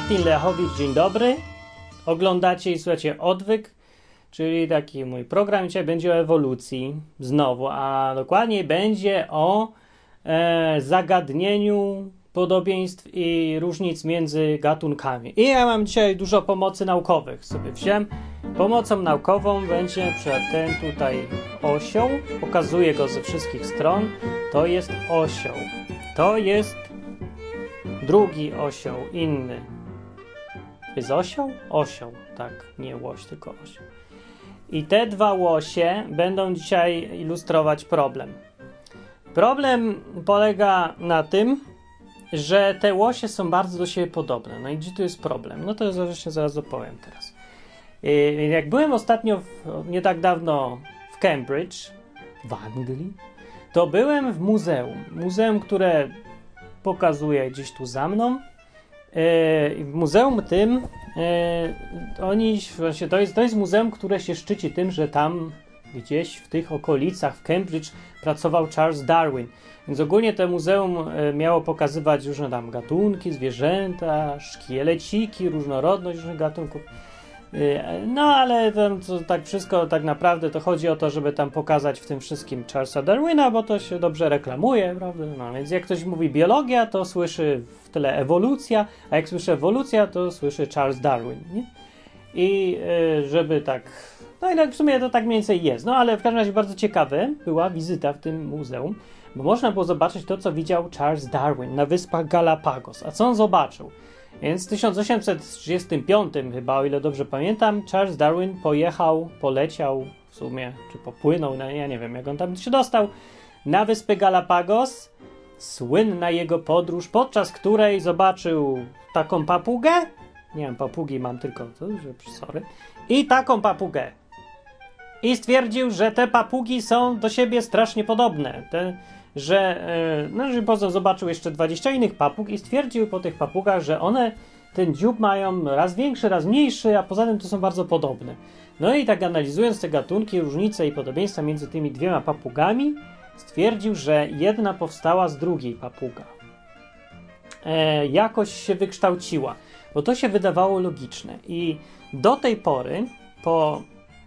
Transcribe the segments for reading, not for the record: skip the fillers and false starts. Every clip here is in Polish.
Martin Lechowicz, dzień dobry. Oglądacie i słuchacie Odwyk, czyli taki mój program. Dzisiaj będzie o ewolucji znowu, a dokładniej będzie o zagadnieniu podobieństw i różnic między gatunkami. I ja mam dzisiaj dużo pomocy naukowych. Sobie wziąłem. Pomocą naukową będzie ten tutaj osioł. Pokazuję go ze wszystkich stron. To jest osioł. To jest drugi osioł, inny. Jest osioł? Osioł, tak. Nie łoś, tylko osioł. I te dwa łosie będą dzisiaj ilustrować problem. Problem polega na tym, że te łosie są bardzo do siebie podobne. No i gdzie tu jest problem? No to zresztą zaraz opowiem teraz. Jak byłem ostatnio, nie tak dawno w Cambridge, w Anglii, to byłem w muzeum. Muzeum, które pokazuję gdzieś tu za mną. W muzeum tym to jest muzeum, które się szczyci tym, że tam gdzieś w tych okolicach w Cambridge pracował Charles Darwin. Więc ogólnie to muzeum miało pokazywać różne tam gatunki, zwierzęta, szkieleciki, różnorodność różnych gatunków. No ale tam to, tak wszystko tak naprawdę to chodzi o to, żeby tam pokazać w tym wszystkim Charlesa Darwina, bo to się dobrze reklamuje, prawda? No więc jak ktoś mówi biologia, to słyszy w tyle ewolucja, a jak słyszy ewolucja, to słyszy Charles Darwin, nie? I żeby tak... No i w sumie to tak mniej więcej jest. No ale w każdym razie bardzo ciekawe była wizyta w tym muzeum, bo można było zobaczyć to, co widział Charles Darwin na wyspach Galapagos. A co on zobaczył? Więc w 1835 chyba, o ile dobrze pamiętam, Charles Darwin poleciał w sumie, czy popłynął, no ja nie wiem jak on tam się dostał, na wyspy Galapagos. Słynna jego podróż, podczas której zobaczył taką papugę. Nie wiem, papugi mam tylko, sorry. I taką papugę. I stwierdził, że te papugi są do siebie strasznie podobne. Że potem zobaczył jeszcze 20 innych papug i stwierdził po tych papugach, że one ten dziób mają raz większy, raz mniejszy, a poza tym to są bardzo podobne. No i tak analizując te gatunki, różnice i podobieństwa między tymi dwiema papugami, stwierdził, że jedna powstała z drugiej papuga. Jakoś się wykształciła, bo to się wydawało logiczne. I do tej pory, po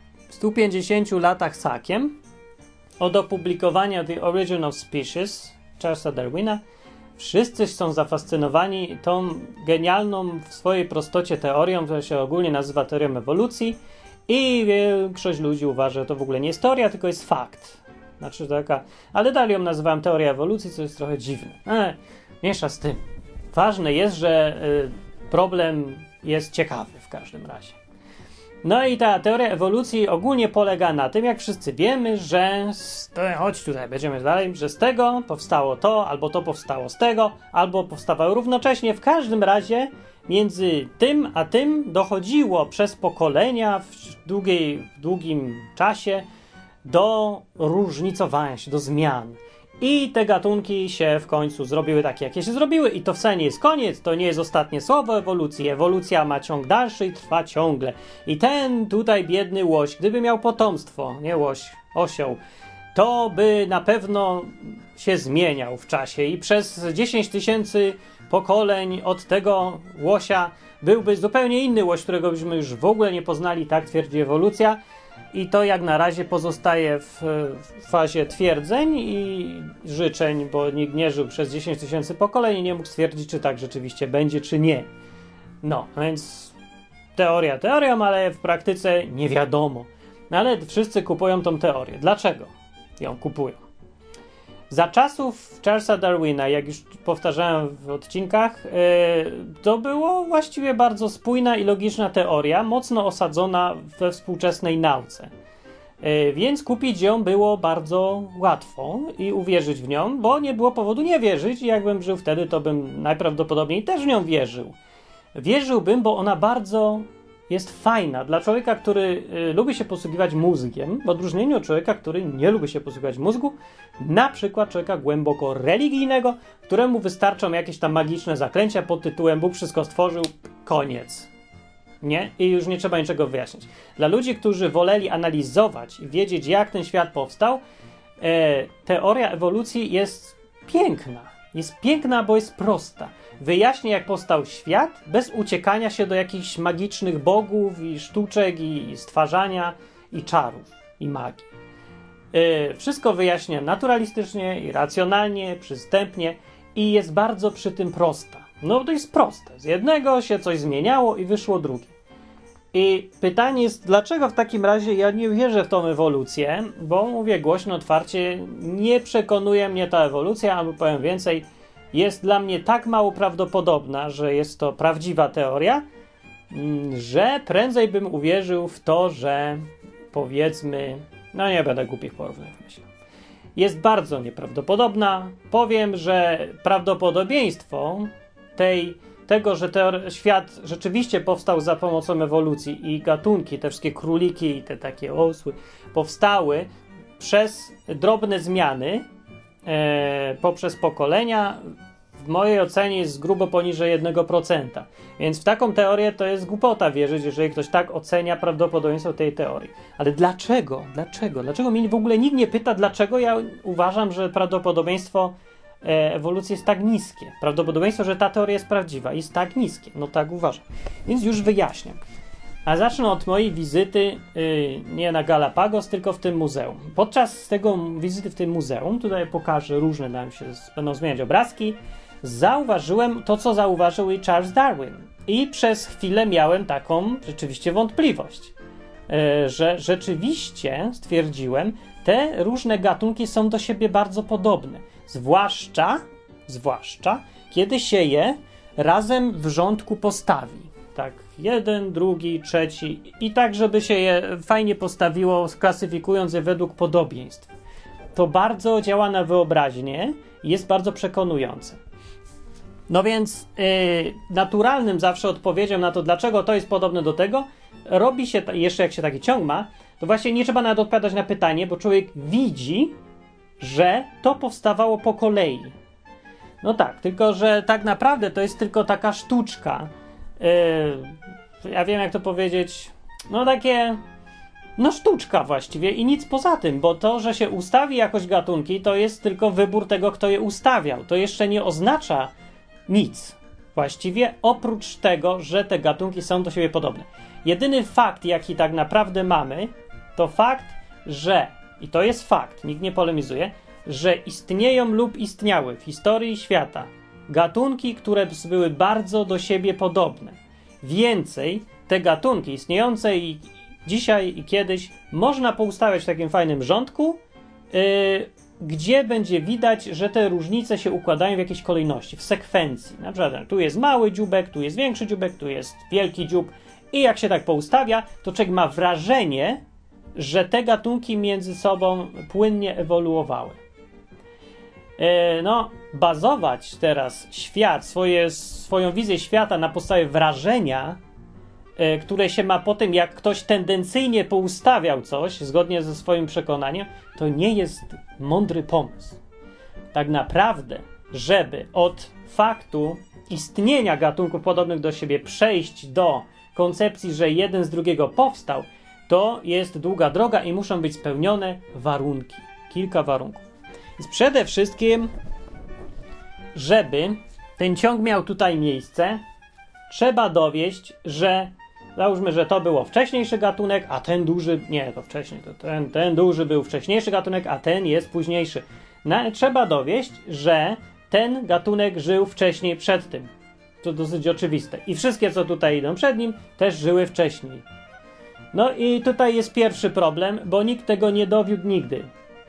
150 latach z hakiem, od opublikowania The Origin of Species Charlesa Darwina, wszyscy są zafascynowani tą genialną w swojej prostocie teorią, która się ogólnie nazywa teorią ewolucji i większość ludzi uważa, że to w ogóle nie jest teoria, tylko jest fakt. Znaczy taka, ale dalej ją nazywam teorią ewolucji, co jest trochę dziwne. Mniejsza z tym. Ważne jest, że problem jest ciekawy w każdym razie. No i ta teoria ewolucji ogólnie polega na tym, jak wszyscy wiemy, że chodź tutaj, będziemy dalej, że z tego powstało to, albo to powstało z tego, albo powstawały równocześnie. W każdym razie między tym a tym dochodziło przez pokolenia w długim czasie do różnicowania się, do zmian. I te gatunki się w końcu zrobiły takie, jakie się zrobiły. I to wcale nie jest koniec, to nie jest ostatnie słowo ewolucji. Ewolucja ma ciąg dalszy i trwa ciągle. I ten tutaj biedny łoś, gdyby miał potomstwo, nie łoś, osioł, to by na pewno się zmieniał w czasie. I przez 10 000 pokoleń od tego łosia byłby zupełnie inny łoś, którego byśmy już w ogóle nie poznali, tak twierdzi ewolucja. I to jak na razie pozostaje w fazie twierdzeń i życzeń, bo nikt nie żył przez 10 000 pokoleń i nie mógł stwierdzić, czy tak rzeczywiście będzie, czy nie. No, więc teoria teorią, ale w praktyce nie wiadomo. No, ale wszyscy kupują tą teorię. Dlaczego ją kupują? Za czasów Charlesa Darwina, jak już powtarzałem w odcinkach, to było właściwie bardzo spójna i logiczna teoria, mocno osadzona we współczesnej nauce. Więc kupić ją było bardzo łatwo i uwierzyć w nią, bo nie było powodu nie wierzyć i jakbym żył wtedy, to bym najprawdopodobniej też w nią wierzył. Wierzyłbym, bo ona bardzo jest fajna dla człowieka, który lubi się posługiwać mózgiem, w odróżnieniu od człowieka, który nie lubi się posługiwać mózgu, na przykład człowieka głęboko religijnego, któremu wystarczą jakieś tam magiczne zaklęcia pod tytułem Bóg wszystko stworzył, koniec. Nie? I już nie trzeba niczego wyjaśnić. Dla ludzi, którzy woleli analizować i wiedzieć, jak ten świat powstał, teoria ewolucji jest piękna. jest piękna, bo jest prosta. Wyjaśnia, jak powstał świat, bez uciekania się do jakichś magicznych bogów i sztuczek i stwarzania i czarów i magii. Wszystko wyjaśnia naturalistycznie i racjonalnie, przystępnie i jest bardzo przy tym prosta. No to jest proste. Z jednego się coś zmieniało i wyszło drugie. I pytanie jest, dlaczego w takim razie ja nie wierzę w tą ewolucję, bo mówię głośno, otwarcie, nie przekonuje mnie ta ewolucja, albo powiem więcej, jest dla mnie tak mało prawdopodobna, że jest to prawdziwa teoria, że prędzej bym uwierzył w to, że powiedzmy, no nie będę głupich porównań myślał, jest bardzo nieprawdopodobna. Powiem, że prawdopodobieństwo tego, że świat rzeczywiście powstał za pomocą ewolucji i gatunki, te wszystkie króliki i te takie osły powstały przez drobne zmiany poprzez pokolenia, w mojej ocenie jest grubo poniżej 1%. Więc w taką teorię to jest głupota wierzyć, jeżeli ktoś tak ocenia prawdopodobieństwo tej teorii. Ale dlaczego? Dlaczego mnie w ogóle nikt nie pyta, dlaczego ja uważam, że prawdopodobieństwo ewolucji jest tak niskie? Prawdopodobieństwo, że ta teoria jest prawdziwa, jest tak niskie. No tak uważam. Więc już wyjaśniam. A zacznę od mojej wizyty nie na Galapagos, tylko w tym muzeum. Podczas tego wizyty w tym muzeum, tutaj pokażę różne, będą zmieniać obrazki, zauważyłem to, co zauważył i Charles Darwin. I przez chwilę miałem taką rzeczywiście wątpliwość, że rzeczywiście, stwierdziłem, te różne gatunki są do siebie bardzo podobne. Zwłaszcza kiedy się je razem w rządku postawi. Tak, jeden, drugi, trzeci i tak, żeby się je fajnie postawiło, klasyfikując je według podobieństw. To bardzo działa na wyobraźnię i jest bardzo przekonujące. No więc naturalnym zawsze odpowiedzią na to, dlaczego to jest podobne do tego, robi się, jeszcze jak się taki ciąg ma, to właśnie nie trzeba nawet odpowiadać na pytanie, bo człowiek widzi, że to powstawało po kolei. No tak, tylko że tak naprawdę to jest tylko taka sztuczka. Ja wiem, jak to powiedzieć, no takie, no sztuczka właściwie i nic poza tym, bo to, że się ustawi jakoś gatunki, to jest tylko wybór tego, kto je ustawiał. To jeszcze nie oznacza nic właściwie, oprócz tego, że te gatunki są do siebie podobne. Jedyny fakt, jaki tak naprawdę mamy, to fakt, że, i to jest fakt, nikt nie polemizuje, że istnieją lub istniały w historii świata gatunki, które były bardzo do siebie podobne. Więcej, te gatunki istniejące i dzisiaj i kiedyś można poustawiać w takim fajnym rządku, gdzie będzie widać, że te różnice się układają w jakiejś kolejności, w sekwencji. Na przykład tu jest mały dzióbek, tu jest większy dzióbek, tu jest wielki dziób i jak się tak poustawia, to człowiek ma wrażenie, że te gatunki między sobą płynnie ewoluowały. No, bazować teraz świat, swoją wizję świata na podstawie wrażenia, które się ma po tym, jak ktoś tendencyjnie poustawiał coś, zgodnie ze swoim przekonaniem, to nie jest mądry pomysł. Tak naprawdę, żeby od faktu istnienia gatunków podobnych do siebie przejść do koncepcji, że jeden z drugiego powstał, to jest długa droga i muszą być spełnione warunki. Kilka warunków. Więc przede wszystkim, żeby ten ciąg miał tutaj miejsce, trzeba dowieść, że załóżmy, że to było wcześniejszy gatunek, a ten duży, nie, to wcześniej, to ten duży był wcześniejszy gatunek, a ten jest późniejszy. Trzeba dowieść, że ten gatunek żył wcześniej przed tym. To dosyć oczywiste. I wszystkie, co tutaj idą przed nim, też żyły wcześniej. No i tutaj jest pierwszy problem, bo nikt tego nie dowiódł nigdy.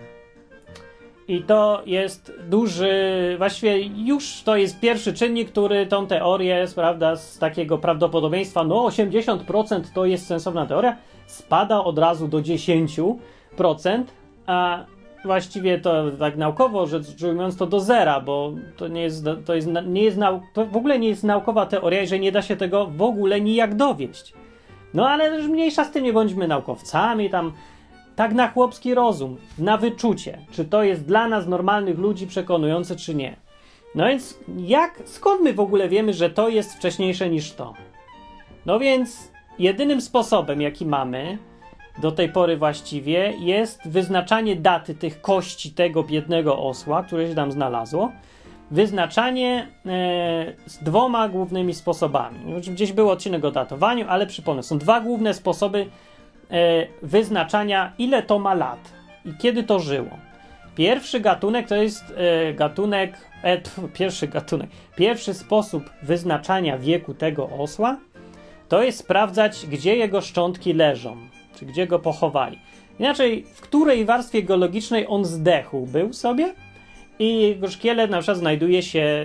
I to jest duży, właściwie już to jest pierwszy czynnik, który tą teorię, prawda, z takiego prawdopodobieństwa, no 80% to jest sensowna teoria, spada od razu do 10%, a właściwie to tak naukowo rzecz ujmując to do zera, bo to w ogóle nie jest naukowa teoria, że nie da się tego w ogóle nijak dowieść. No ale już mniejsza z tym, nie bądźmy naukowcami tam. Tak na chłopski rozum, na wyczucie, czy to jest dla nas normalnych ludzi przekonujące, czy nie. No więc skąd my w ogóle wiemy, że to jest wcześniejsze niż to? No więc jedynym sposobem, jaki mamy do tej pory właściwie, jest wyznaczanie daty tych kości tego biednego osła, które się tam znalazło wyznaczanie z dwoma głównymi sposobami. Gdzieś był odcinek o datowaniu, ale przypomnę, są dwa główne sposoby wyznaczania, ile to ma lat i kiedy to żyło. Pierwszy gatunek to jest pierwszy sposób wyznaczania wieku tego osła to jest sprawdzać, gdzie jego szczątki leżą, czy gdzie go pochowali. Inaczej, w której warstwie geologicznej on zdechł był sobie i jego szkielet na przykład znajduje się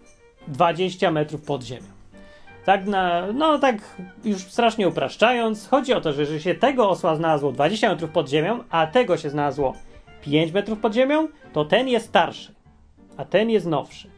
20 metrów pod ziemią. Tak, tak już strasznie upraszczając, chodzi o to, że jeżeli się tego osła znalazło 20 metrów pod ziemią, a tego się znalazło 5 metrów pod ziemią, to ten jest starszy, a ten jest nowszy.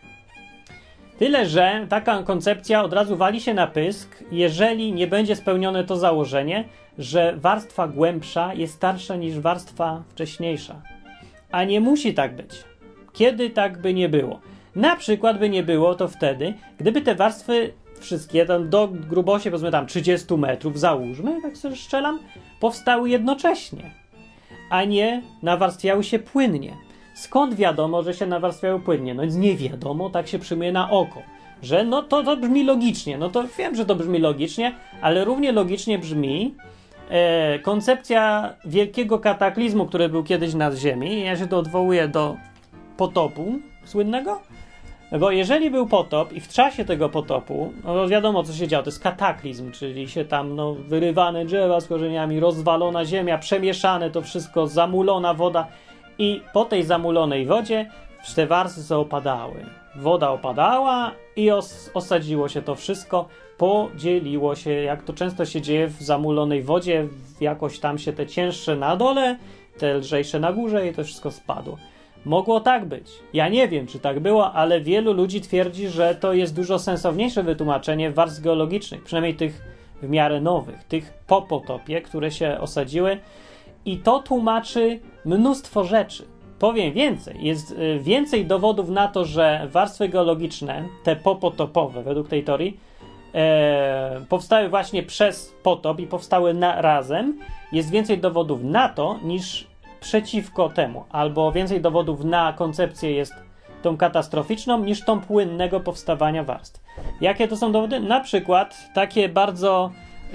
Tyle, że taka koncepcja od razu wali się na pysk, jeżeli nie będzie spełnione to założenie, że warstwa głębsza jest starsza niż warstwa wcześniejsza. A nie musi tak być. Kiedy tak by nie było? Na przykład by nie było to wtedy, gdyby te warstwy wszystkie tam do grubości, powiedzmy tam 30 metrów, załóżmy, tak sobie strzelam, powstały jednocześnie, a nie nawarstwiały się płynnie. Skąd wiadomo, że się nawarstwiały płynnie? No nic nie wiadomo, tak się przyjmuje na oko, że no to brzmi logicznie. No to wiem, że to brzmi logicznie, ale równie logicznie brzmi koncepcja wielkiego kataklizmu, który był kiedyś na Ziemi. Ja się to odwołuję do potopu słynnego, bo jeżeli był potop i w czasie tego potopu, no wiadomo co się działo, to jest kataklizm, czyli się tam wyrywane drzewa z korzeniami, rozwalona ziemia, przemieszane to wszystko, zamulona woda i po tej zamulonej wodzie te warstwy sobie opadały. Woda opadała i osadziło się to wszystko, podzieliło się, jak to często się dzieje w zamulonej wodzie, jakoś tam się te cięższe na dole, te lżejsze na górze i to wszystko spadło. Mogło tak być. Ja nie wiem, czy tak było, ale wielu ludzi twierdzi, że to jest dużo sensowniejsze wytłumaczenie warstw geologicznych, przynajmniej tych w miarę nowych, tych po potopie, które się osadziły i to tłumaczy mnóstwo rzeczy. Powiem więcej, jest więcej dowodów na to, że warstwy geologiczne, te popotopowe według tej teorii, powstały właśnie przez potop i powstały razem. Jest więcej dowodów na to niż przeciwko temu, albo więcej dowodów na koncepcję jest tą katastroficzną niż tą płynnego powstawania warstw. Jakie to są dowody? Na przykład takie bardzo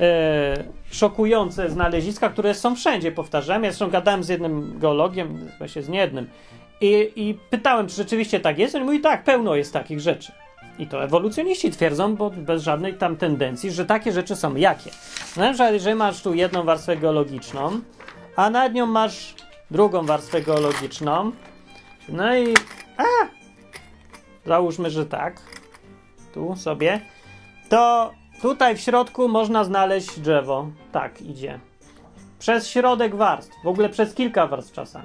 szokujące znaleziska, które są wszędzie, powtarzam. Ja zresztą gadałem z jednym geologiem, właśnie z niejednym i pytałem, czy rzeczywiście tak jest. On mówi, tak, pełno jest takich rzeczy. I to ewolucjoniści twierdzą, bo bez żadnej tam tendencji, że takie rzeczy są. Jakie? No, na przykład, jeżeli masz tu jedną warstwę geologiczną, a nad nią masz drugą warstwę geologiczną, no i załóżmy, że tak, tu sobie, to tutaj w środku można znaleźć drzewo. Tak, idzie. Przez środek warstw, w ogóle przez kilka warstw czasami.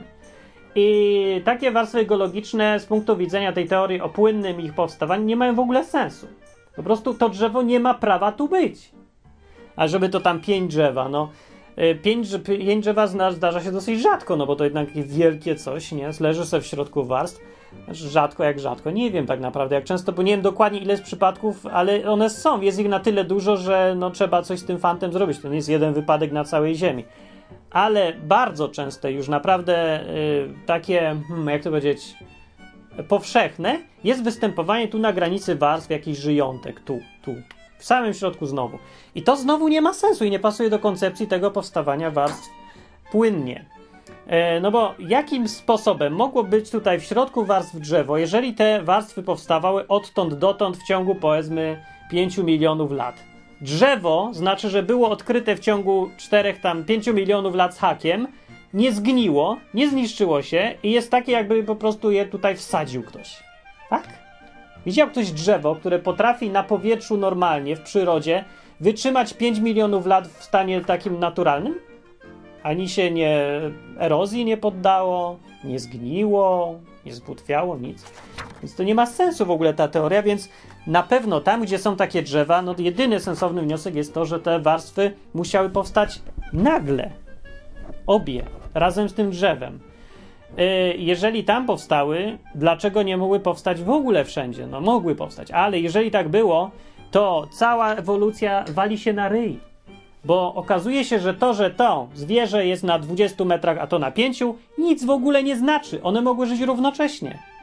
I takie warstwy geologiczne z punktu widzenia tej teorii o płynnym ich powstawaniu nie mają w ogóle sensu. Po prostu to drzewo nie ma prawa tu być. A żeby to tam 5 drzewa, no 5 drzewa zdarza się dosyć rzadko, no bo to jednak wielkie coś, nie? Leży sobie w środku warstw. Rzadko jak rzadko. Nie wiem tak naprawdę jak często, bo nie wiem dokładnie ile jest przypadków, ale one są. Jest ich na tyle dużo, że no, trzeba coś z tym fantem zrobić. To nie jest jeden wypadek na całej Ziemi. Ale bardzo częste już naprawdę takie, jak to powiedzieć, powszechne jest występowanie tu na granicy warstw jakichś żyjątek. Tu. W samym środku znowu. I to znowu nie ma sensu i nie pasuje do koncepcji tego powstawania warstw płynnie. No bo jakim sposobem mogło być tutaj w środku warstw drzewo, jeżeli te warstwy powstawały odtąd dotąd w ciągu powiedzmy 5 milionów lat? Drzewo znaczy, że było odkryte w ciągu 5 milionów lat z hakiem, nie zgniło, nie zniszczyło się i jest takie, jakby po prostu je tutaj wsadził ktoś. Tak? Widział ktoś drzewo, które potrafi na powietrzu normalnie, w przyrodzie, wytrzymać 5 milionów lat w stanie takim naturalnym? Ani się erozji nie poddało, nie zgniło, nie zbutwiało, nic. Więc to nie ma sensu w ogóle ta teoria, więc na pewno tam, gdzie są takie drzewa, no jedyny sensowny wniosek jest to, że te warstwy musiały powstać nagle. Obie, razem z tym drzewem. Jeżeli tam powstały, dlaczego nie mogły powstać w ogóle wszędzie? No mogły powstać, ale jeżeli tak było, to cała ewolucja wali się na ryj. Bo okazuje się, że to zwierzę jest na 20 metrach, a to na 5, nic w ogóle nie znaczy. One mogły żyć równocześnie.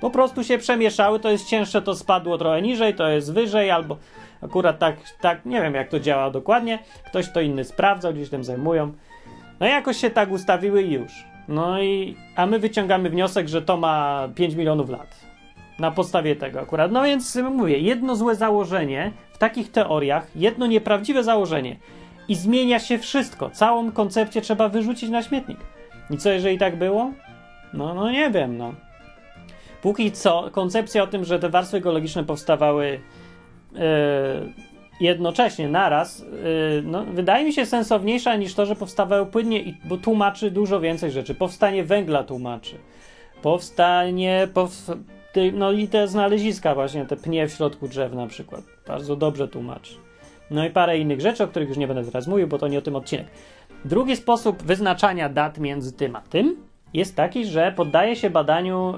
Po prostu się przemieszały, to jest cięższe, to spadło trochę niżej, to jest wyżej, albo akurat tak, nie wiem jak to działa dokładnie, ktoś to inny sprawdzał, gdzieś tym zajmują. No i jakoś się tak ustawiły i już. A my wyciągamy wniosek, że to ma 5 milionów lat. Na podstawie tego akurat. No więc mówię, jedno złe założenie w takich teoriach, jedno nieprawdziwe założenie i zmienia się wszystko. Całą koncepcję trzeba wyrzucić na śmietnik. I co jeżeli tak było? No nie wiem, no. Póki co, koncepcja o tym, że te warstwy geologiczne powstawały jednocześnie, naraz, wydaje mi się sensowniejsza niż to, że powstawały płynnie, bo tłumaczy dużo więcej rzeczy. Powstanie węgla tłumaczy. I te znaleziska właśnie, te pnie w środku drzew na przykład. Bardzo dobrze tłumaczy. No i parę innych rzeczy, o których już nie będę teraz mówił, bo to nie o tym odcinek. Drugi sposób wyznaczania dat między tym a tym jest taki, że poddaje się badaniu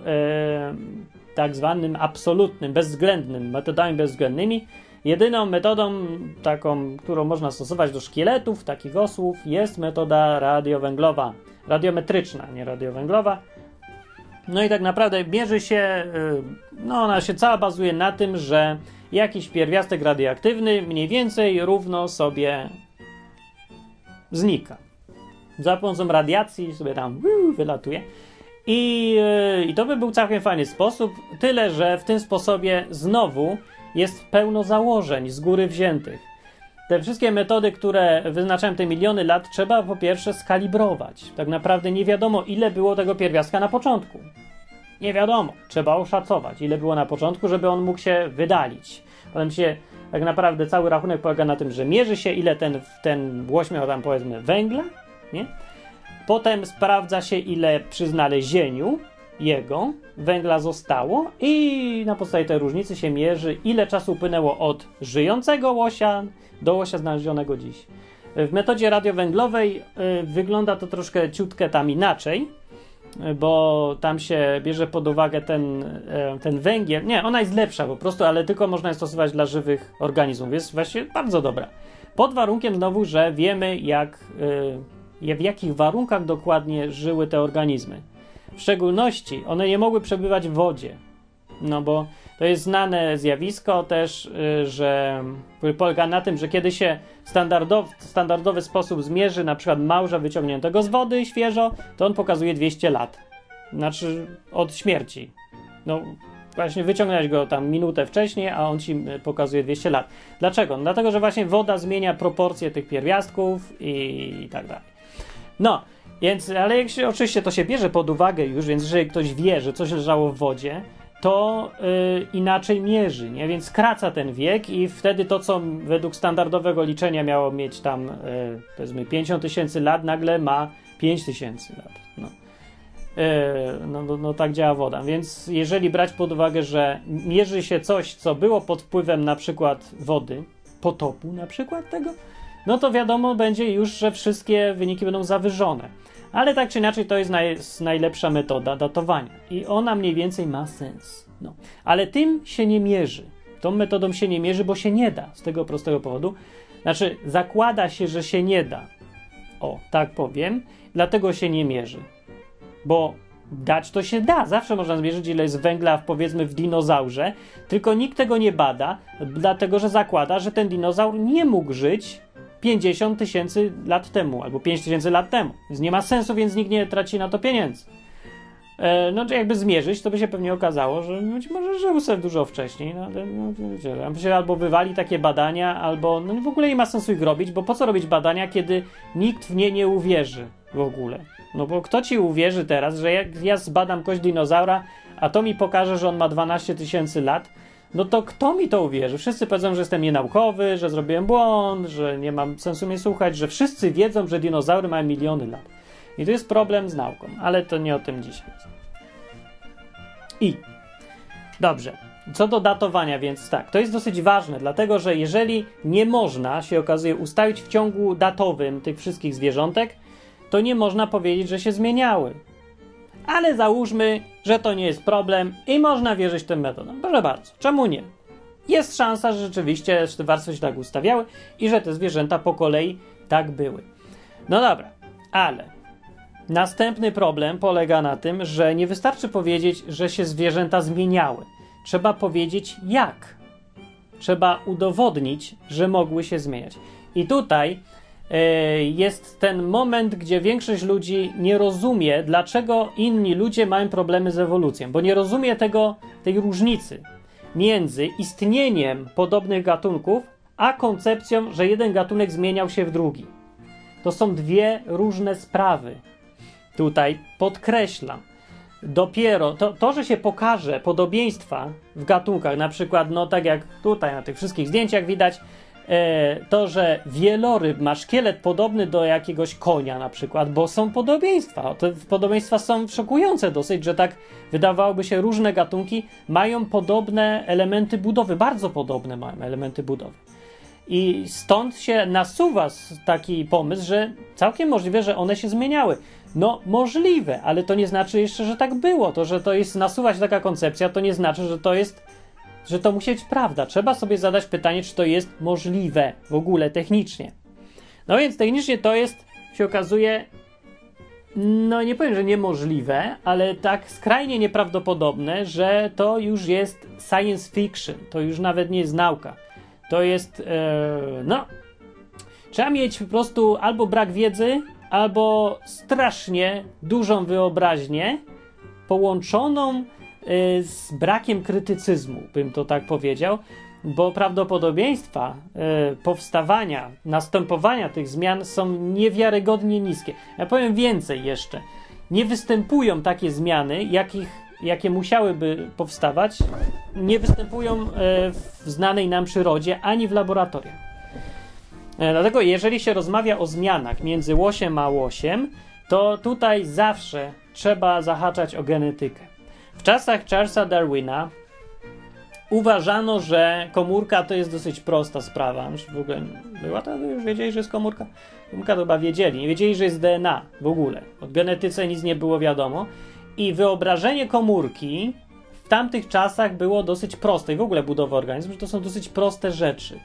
tak zwanym absolutnym, bezwzględnym, metodami bezwzględnymi. Jedyną metodą taką, którą można stosować do szkieletów, takich osłów, jest metoda radiowęglowa. Radiometryczna, nie radiowęglowa. No i tak naprawdę mierzy się, ona się cała bazuje na tym, że jakiś pierwiastek radioaktywny mniej więcej równo sobie znika. Za pomocą radiacji sobie tam wylatuje. I to by był całkiem fajny sposób, tyle że w tym sposobie znowu jest pełno założeń z góry wziętych. Te wszystkie metody, które wyznaczają te miliony lat, trzeba po pierwsze skalibrować. Tak naprawdę nie wiadomo, ile było tego pierwiastka na początku. Nie wiadomo. Trzeba oszacować, ile było na początku, żeby on mógł się wydalić. Potem tak naprawdę cały rachunek polega na tym, że mierzy się, ile ten łoś miał tam powiedzmy węgla, nie? Potem sprawdza się, ile przy znalezieniu jego węgla zostało i na podstawie tej różnicy się mierzy, ile czasu upłynęło od żyjącego łosia do łosia znalezionego dziś. W metodzie radiowęglowej wygląda to troszkę ciutkę tam inaczej, bo tam się bierze pod uwagę ten węgiel. Nie, ona jest lepsza po prostu, ale tylko można je stosować dla żywych organizmów. Jest właściwie bardzo dobra. Pod warunkiem znowu, że wiemy w jakich warunkach dokładnie żyły te organizmy. W szczególności one nie mogły przebywać w wodzie. No bo to jest znane zjawisko też, że polega na tym, że kiedy się w standardowy sposób zmierzy na przykład małża wyciągniętego z wody świeżo, to on pokazuje 200 lat. Znaczy od śmierci. No właśnie wyciągnąłeś go tam minutę wcześniej, a on ci pokazuje 200 lat. Dlaczego? No, dlatego, że właśnie woda zmienia proporcje tych pierwiastków i tak dalej. No, więc, ale jak się, oczywiście to się bierze pod uwagę już, więc jeżeli ktoś wie, że coś leżało w wodzie, to inaczej mierzy, nie? Więc skraca ten wiek i wtedy to, co według standardowego liczenia miało mieć tam powiedzmy 50 000 lat, nagle ma 5000 lat. No tak działa woda. Więc jeżeli brać pod uwagę, że mierzy się coś, co było pod wpływem na przykład wody, potopu na przykład tego, no to wiadomo będzie już, że wszystkie wyniki będą zawyżone. Ale tak czy inaczej to jest najlepsza metoda datowania. I ona mniej więcej ma sens. No. Ale tym się nie mierzy. Tą metodą się nie mierzy, bo się nie da. Z tego prostego powodu. Znaczy, zakłada się, że się nie da. O, tak powiem. Dlatego się nie mierzy. Bo dać to się da. Zawsze można zmierzyć, ile jest węgla powiedzmy w dinozaurze. Tylko nikt tego nie bada, dlatego że zakłada, że ten dinozaur nie mógł żyć 50 000 lat temu, albo 5000 lat temu. Więc nie ma sensu, więc nikt nie traci na to pieniędzy. No, jakby zmierzyć, to by się pewnie okazało, że być może żył sobie dużo wcześniej, no ale wiecie, się albo wywali takie badania, albo w ogóle nie ma sensu ich robić, bo po co robić badania, kiedy nikt w nie nie uwierzy w ogóle? No bo kto ci uwierzy teraz, że jak ja zbadam kość dinozaura, a to mi pokaże, że on ma 12 000 lat, no to kto mi to uwierzy? Wszyscy powiedzą, że jestem nienaukowy, że zrobiłem błąd, że nie mam sensu mnie słuchać, że wszyscy wiedzą, że dinozaury mają miliony lat. I to jest problem z nauką, ale to nie o tym dzisiaj. Dobrze, co do datowania, więc tak, to jest dosyć ważne, dlatego że jeżeli nie można, się okazuje, ustalić w ciągu datowym tych wszystkich zwierzątek, to nie można powiedzieć, że się zmieniały. Ale załóżmy, że to nie jest problem i można wierzyć tym metodom. Proszę bardzo, czemu nie? Jest szansa, że rzeczywiście te warstwy się tak ustawiały i że te zwierzęta po kolei tak były. No dobra, ale Następny problem polega na tym, że nie wystarczy powiedzieć, że się zwierzęta zmieniały. Trzeba powiedzieć jak. Trzeba udowodnić, że mogły się zmieniać. I tutaj jest ten moment, gdzie większość ludzi nie rozumie, dlaczego inni ludzie mają problemy z ewolucją, bo nie rozumie tej różnicy między istnieniem podobnych gatunków, a koncepcją, że jeden gatunek zmieniał się w drugi. To są dwie różne sprawy. Tutaj podkreślam. Dopiero to, że się pokaże podobieństwa w gatunkach, na przykład, no tak jak tutaj na tych wszystkich zdjęciach widać, to, że wieloryb ma szkielet podobny do jakiegoś konia na przykład, bo są podobieństwa. Te podobieństwa są szokujące dosyć, że tak wydawałoby się różne gatunki mają podobne elementy budowy, bardzo podobne mają elementy budowy. I stąd się nasuwa taki pomysł, że całkiem możliwe, że one się zmieniały. No możliwe, ale to nie znaczy jeszcze, że tak było. To, że nasuwa się taka koncepcja, to nie znaczy, że to musi być prawda. Trzeba sobie zadać pytanie, czy to jest możliwe w ogóle technicznie. No więc technicznie to jest, się okazuje, no nie powiem, że niemożliwe, ale tak skrajnie nieprawdopodobne, że to już jest science fiction. To już nawet nie jest nauka. To jest, trzeba mieć po prostu albo brak wiedzy, albo strasznie dużą wyobraźnię połączoną z brakiem krytycyzmu, bym to tak powiedział, bo prawdopodobieństwa powstawania, następowania tych zmian są niewiarygodnie niskie. Ja powiem więcej jeszcze. Nie występują takie zmiany, jakie musiałyby powstawać, nie występują w znanej nam przyrodzie, ani w laboratoriach. Dlatego jeżeli się rozmawia o zmianach między łosiem a łosiem, to tutaj zawsze trzeba zahaczać o genetykę. W czasach Charlesa Darwina uważano, że komórka to jest dosyć prosta sprawa. Już w ogóle była to, już wiedzieli, że jest komórka? Komórka to chyba wiedzieli. Nie wiedzieli, że jest DNA w ogóle. O genetyce nic nie było wiadomo. I wyobrażenie komórki w tamtych czasach było dosyć proste. I w ogóle budowa organizmu, że to są dosyć proste rzeczy.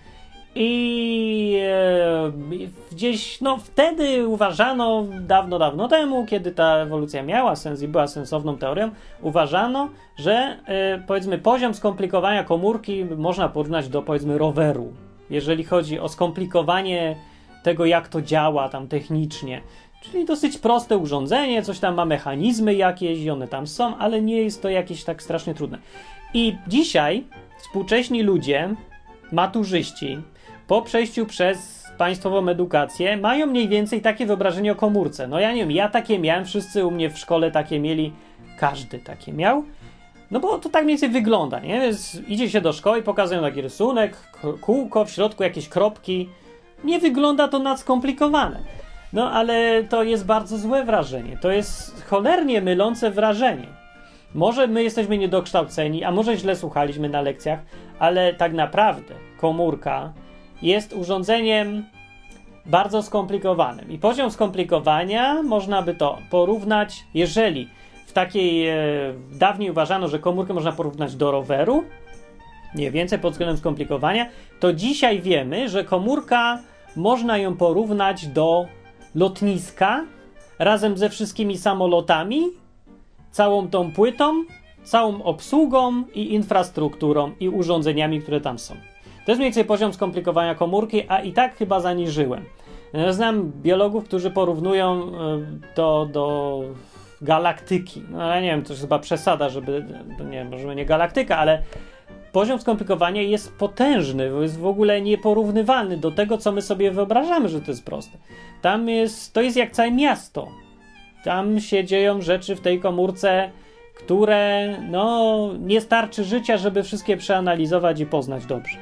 I gdzieś, wtedy uważano, dawno temu, kiedy ta ewolucja miała sens i była sensowną teorią, uważano, że powiedzmy poziom skomplikowania komórki można porównać do powiedzmy roweru, jeżeli chodzi o skomplikowanie tego, jak to działa tam technicznie. Czyli dosyć proste urządzenie, coś tam ma mechanizmy jakieś i one tam są, ale nie jest to jakieś tak strasznie trudne. I dzisiaj współcześni ludzie, maturzyści, po przejściu przez państwową edukację mają mniej więcej takie wyobrażenie o komórce. No ja nie wiem, ja takie miałem, wszyscy u mnie w szkole takie mieli, każdy takie miał. No bo to tak mniej więcej wygląda, nie? Więc idzie się do szkoły i pokazują taki rysunek, kółko, w środku jakieś kropki. Nie wygląda to na skomplikowane. No ale to jest bardzo złe wrażenie. To jest cholernie mylące wrażenie. Może my jesteśmy niedokształceni, a może źle słuchaliśmy na lekcjach, ale tak naprawdę komórka jest urządzeniem bardzo skomplikowanym. I poziom skomplikowania można by to porównać, jeżeli w takiej dawniej uważano, że komórkę można porównać do roweru, mniej więcej pod względem skomplikowania, to dzisiaj wiemy, że komórka można ją porównać do lotniska razem ze wszystkimi samolotami, całą tą płytą, całą obsługą i infrastrukturą i urządzeniami, które tam są. To jest mniej więcej poziom skomplikowania komórki, a i tak chyba zaniżyłem. Znam biologów, którzy porównują to do galaktyki. No ja nie wiem, to jest chyba przesada, żeby, nie wiem, może nie galaktyka, ale poziom skomplikowania jest potężny, jest w ogóle nieporównywalny do tego, co my sobie wyobrażamy, że to jest proste. To jest jak całe miasto. Tam się dzieją rzeczy w tej komórce, które nie starczy życia, żeby wszystkie przeanalizować i poznać dobrze.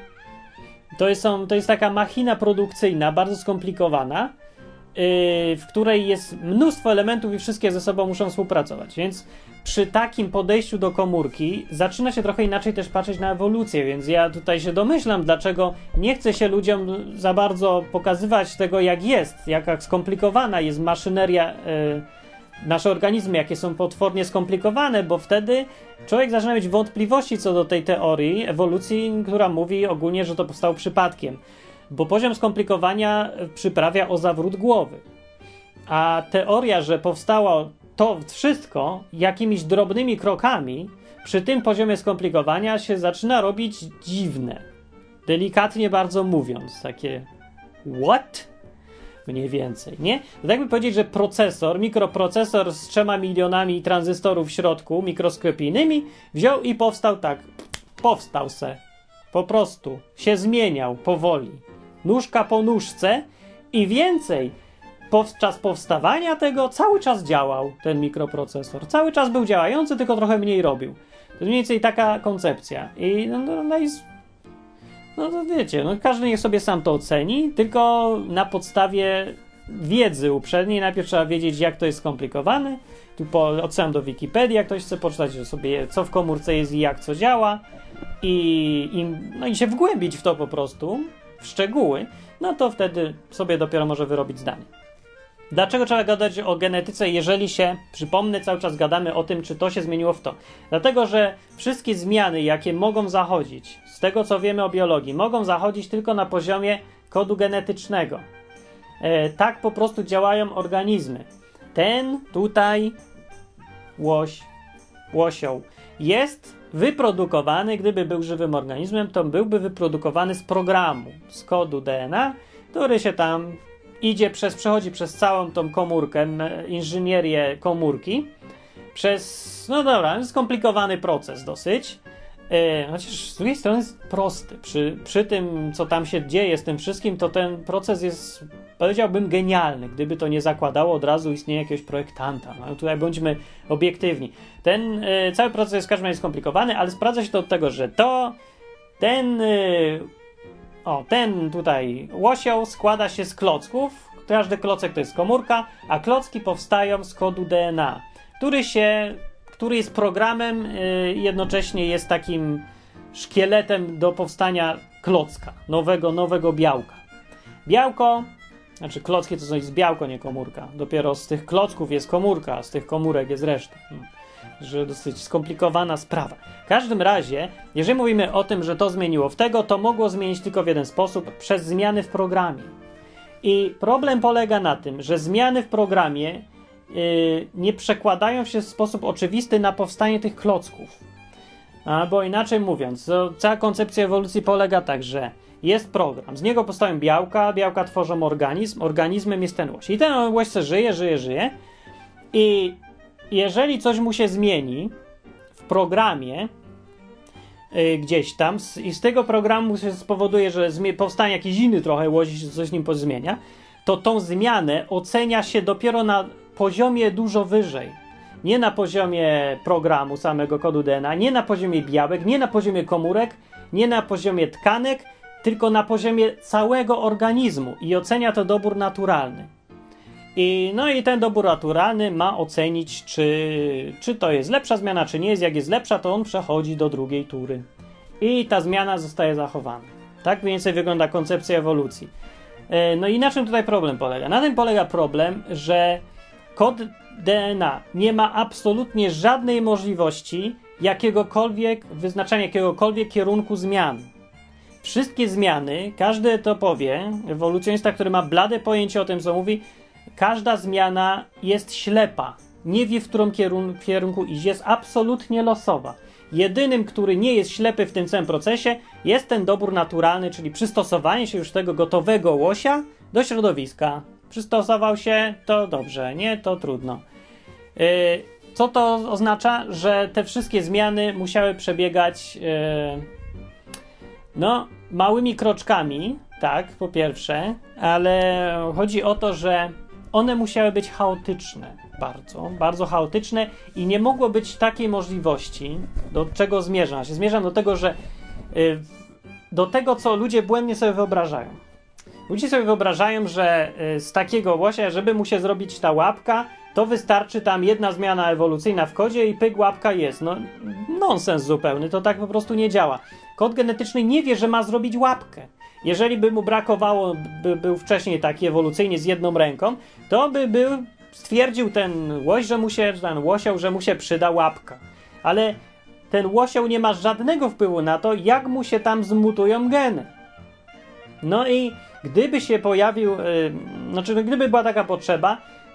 To jest taka machina produkcyjna, bardzo skomplikowana, w której jest mnóstwo elementów i wszystkie ze sobą muszą współpracować. Więc przy takim podejściu do komórki zaczyna się trochę inaczej też patrzeć na ewolucję, więc ja tutaj się domyślam, dlaczego nie chce się ludziom za bardzo pokazywać tego, jak jest, jaka skomplikowana jest maszyneria, nasze organizmy, jakie są potwornie skomplikowane, bo wtedy człowiek zaczyna mieć wątpliwości co do tej teorii ewolucji, która mówi ogólnie, że to powstało przypadkiem, bo poziom skomplikowania przyprawia o zawrót głowy. A teoria, że powstało to wszystko jakimiś drobnymi krokami, przy tym poziomie skomplikowania się zaczyna robić dziwne. Delikatnie bardzo mówiąc, takie what? Mniej więcej, nie? To jakby powiedzieć, że mikroprocesor z 3 milionami tranzystorów w środku, mikroskopijnymi, wziął i powstał tak. Powstał se. Po prostu. Się zmieniał powoli. Nóżka po nóżce i więcej. Podczas powstawania tego cały czas działał ten mikroprocesor. Cały czas był działający, tylko trochę mniej robił. To jest mniej więcej taka koncepcja. I no to wiecie, każdy niech sobie sam to oceni, tylko na podstawie wiedzy uprzedniej. Najpierw trzeba wiedzieć, jak to jest skomplikowane. Tu odsyłam do Wikipedii, jak ktoś chce poczytać sobie, co w komórce jest i jak co działa. I się wgłębić w to po prostu, w szczegóły, no to wtedy sobie dopiero może wyrobić zdanie. Dlaczego trzeba gadać o genetyce, jeżeli się, przypomnę, cały czas gadamy o tym, czy to się zmieniło w to? Dlatego, że wszystkie zmiany, jakie mogą zachodzić, z tego co wiemy o biologii, mogą zachodzić tylko na poziomie kodu genetycznego. Tak po prostu działają organizmy. Ten tutaj łosioł jest wyprodukowany, gdyby był żywym organizmem, to byłby wyprodukowany z programu, z kodu DNA, który się tam przechodzi przez całą tą komórkę, inżynierię komórki, przez, skomplikowany proces dosyć, chociaż z drugiej strony jest prosty. Przy tym, co tam się dzieje z tym wszystkim, to ten proces jest, powiedziałbym, genialny, gdyby to nie zakładało od razu istnienia jakiegoś projektanta. No, tutaj bądźmy obiektywni. Ten cały proces jest w każdym razie skomplikowany, ale sprawdza się to od tego, że ten tutaj łosioł składa się z klocków. Każdy klocek to jest komórka, a klocki powstają z kodu DNA, który jest programem, jednocześnie jest takim szkieletem do powstania klocka, nowego białka. Białko, znaczy klocki to jest białko, nie komórka. Dopiero z tych klocków jest komórka, a z tych komórek jest reszta. Że dosyć skomplikowana sprawa. W każdym razie, jeżeli mówimy o tym, że to zmieniło w tego, to mogło zmienić tylko w jeden sposób, przez zmiany w programie. I problem polega na tym, że zmiany w programie nie przekładają się w sposób oczywisty na powstanie tych klocków. Bo inaczej mówiąc, cała koncepcja ewolucji polega tak, że jest program, z niego powstają białka tworzą organizm, organizmem jest ten łoś. I ten łoś se żyje i jeżeli coś mu się zmieni w programie gdzieś tam i z tego programu się spowoduje, że powstanie jakiś inny trochę łoś, coś z nim pozmienia, to tą zmianę ocenia się dopiero na poziomie dużo wyżej. Nie na poziomie programu samego kodu DNA, nie na poziomie białek, nie na poziomie komórek, nie na poziomie tkanek, tylko na poziomie całego organizmu i ocenia to dobór naturalny. I ten dobór naturalny ma ocenić, czy to jest lepsza zmiana, czy nie jest. Jak jest lepsza, to on przechodzi do drugiej tury. I ta zmiana zostaje zachowana. Tak mniej więcej wygląda koncepcja ewolucji. I na czym tutaj problem polega? Na tym polega problem, że kod DNA nie ma absolutnie żadnej możliwości wyznaczania jakiegokolwiek kierunku zmian. Wszystkie zmiany, każdy to powie, ewolucjonista, który ma blade pojęcie o tym, co mówi, każda zmiana jest ślepa. Nie wie, w którym kierunku iść. Jest absolutnie losowa. Jedynym, który nie jest ślepy w tym całym procesie, jest ten dobór naturalny, czyli przystosowanie się już tego gotowego łosia do środowiska. Przystosował się, to dobrze, nie, to trudno. Co to oznacza? Że te wszystkie zmiany musiały przebiegać małymi kroczkami, tak, po pierwsze, ale chodzi o to, że one musiały być chaotyczne, bardzo, bardzo chaotyczne i nie mogło być takiej możliwości, do czego zmierzam. Zmierzam do tego, że do tego, co ludzie błędnie sobie wyobrażają. Ludzie sobie wyobrażają, że z takiego łosia, żeby mu się zrobić ta łapka, to wystarczy tam jedna zmiana ewolucyjna w kodzie i pyk, łapka jest. Nonsens zupełny, to tak po prostu nie działa. Kod genetyczny nie wie, że ma zrobić łapkę. Jeżeli by mu brakowało, był wcześniej taki ewolucyjnie z jedną ręką, to stwierdził ten łosioł, że mu się przyda łapka. Ale ten łosioł nie ma żadnego wpływu na to, jak mu się tam zmutują geny. I gdyby się pojawił, gdyby była taka potrzeba,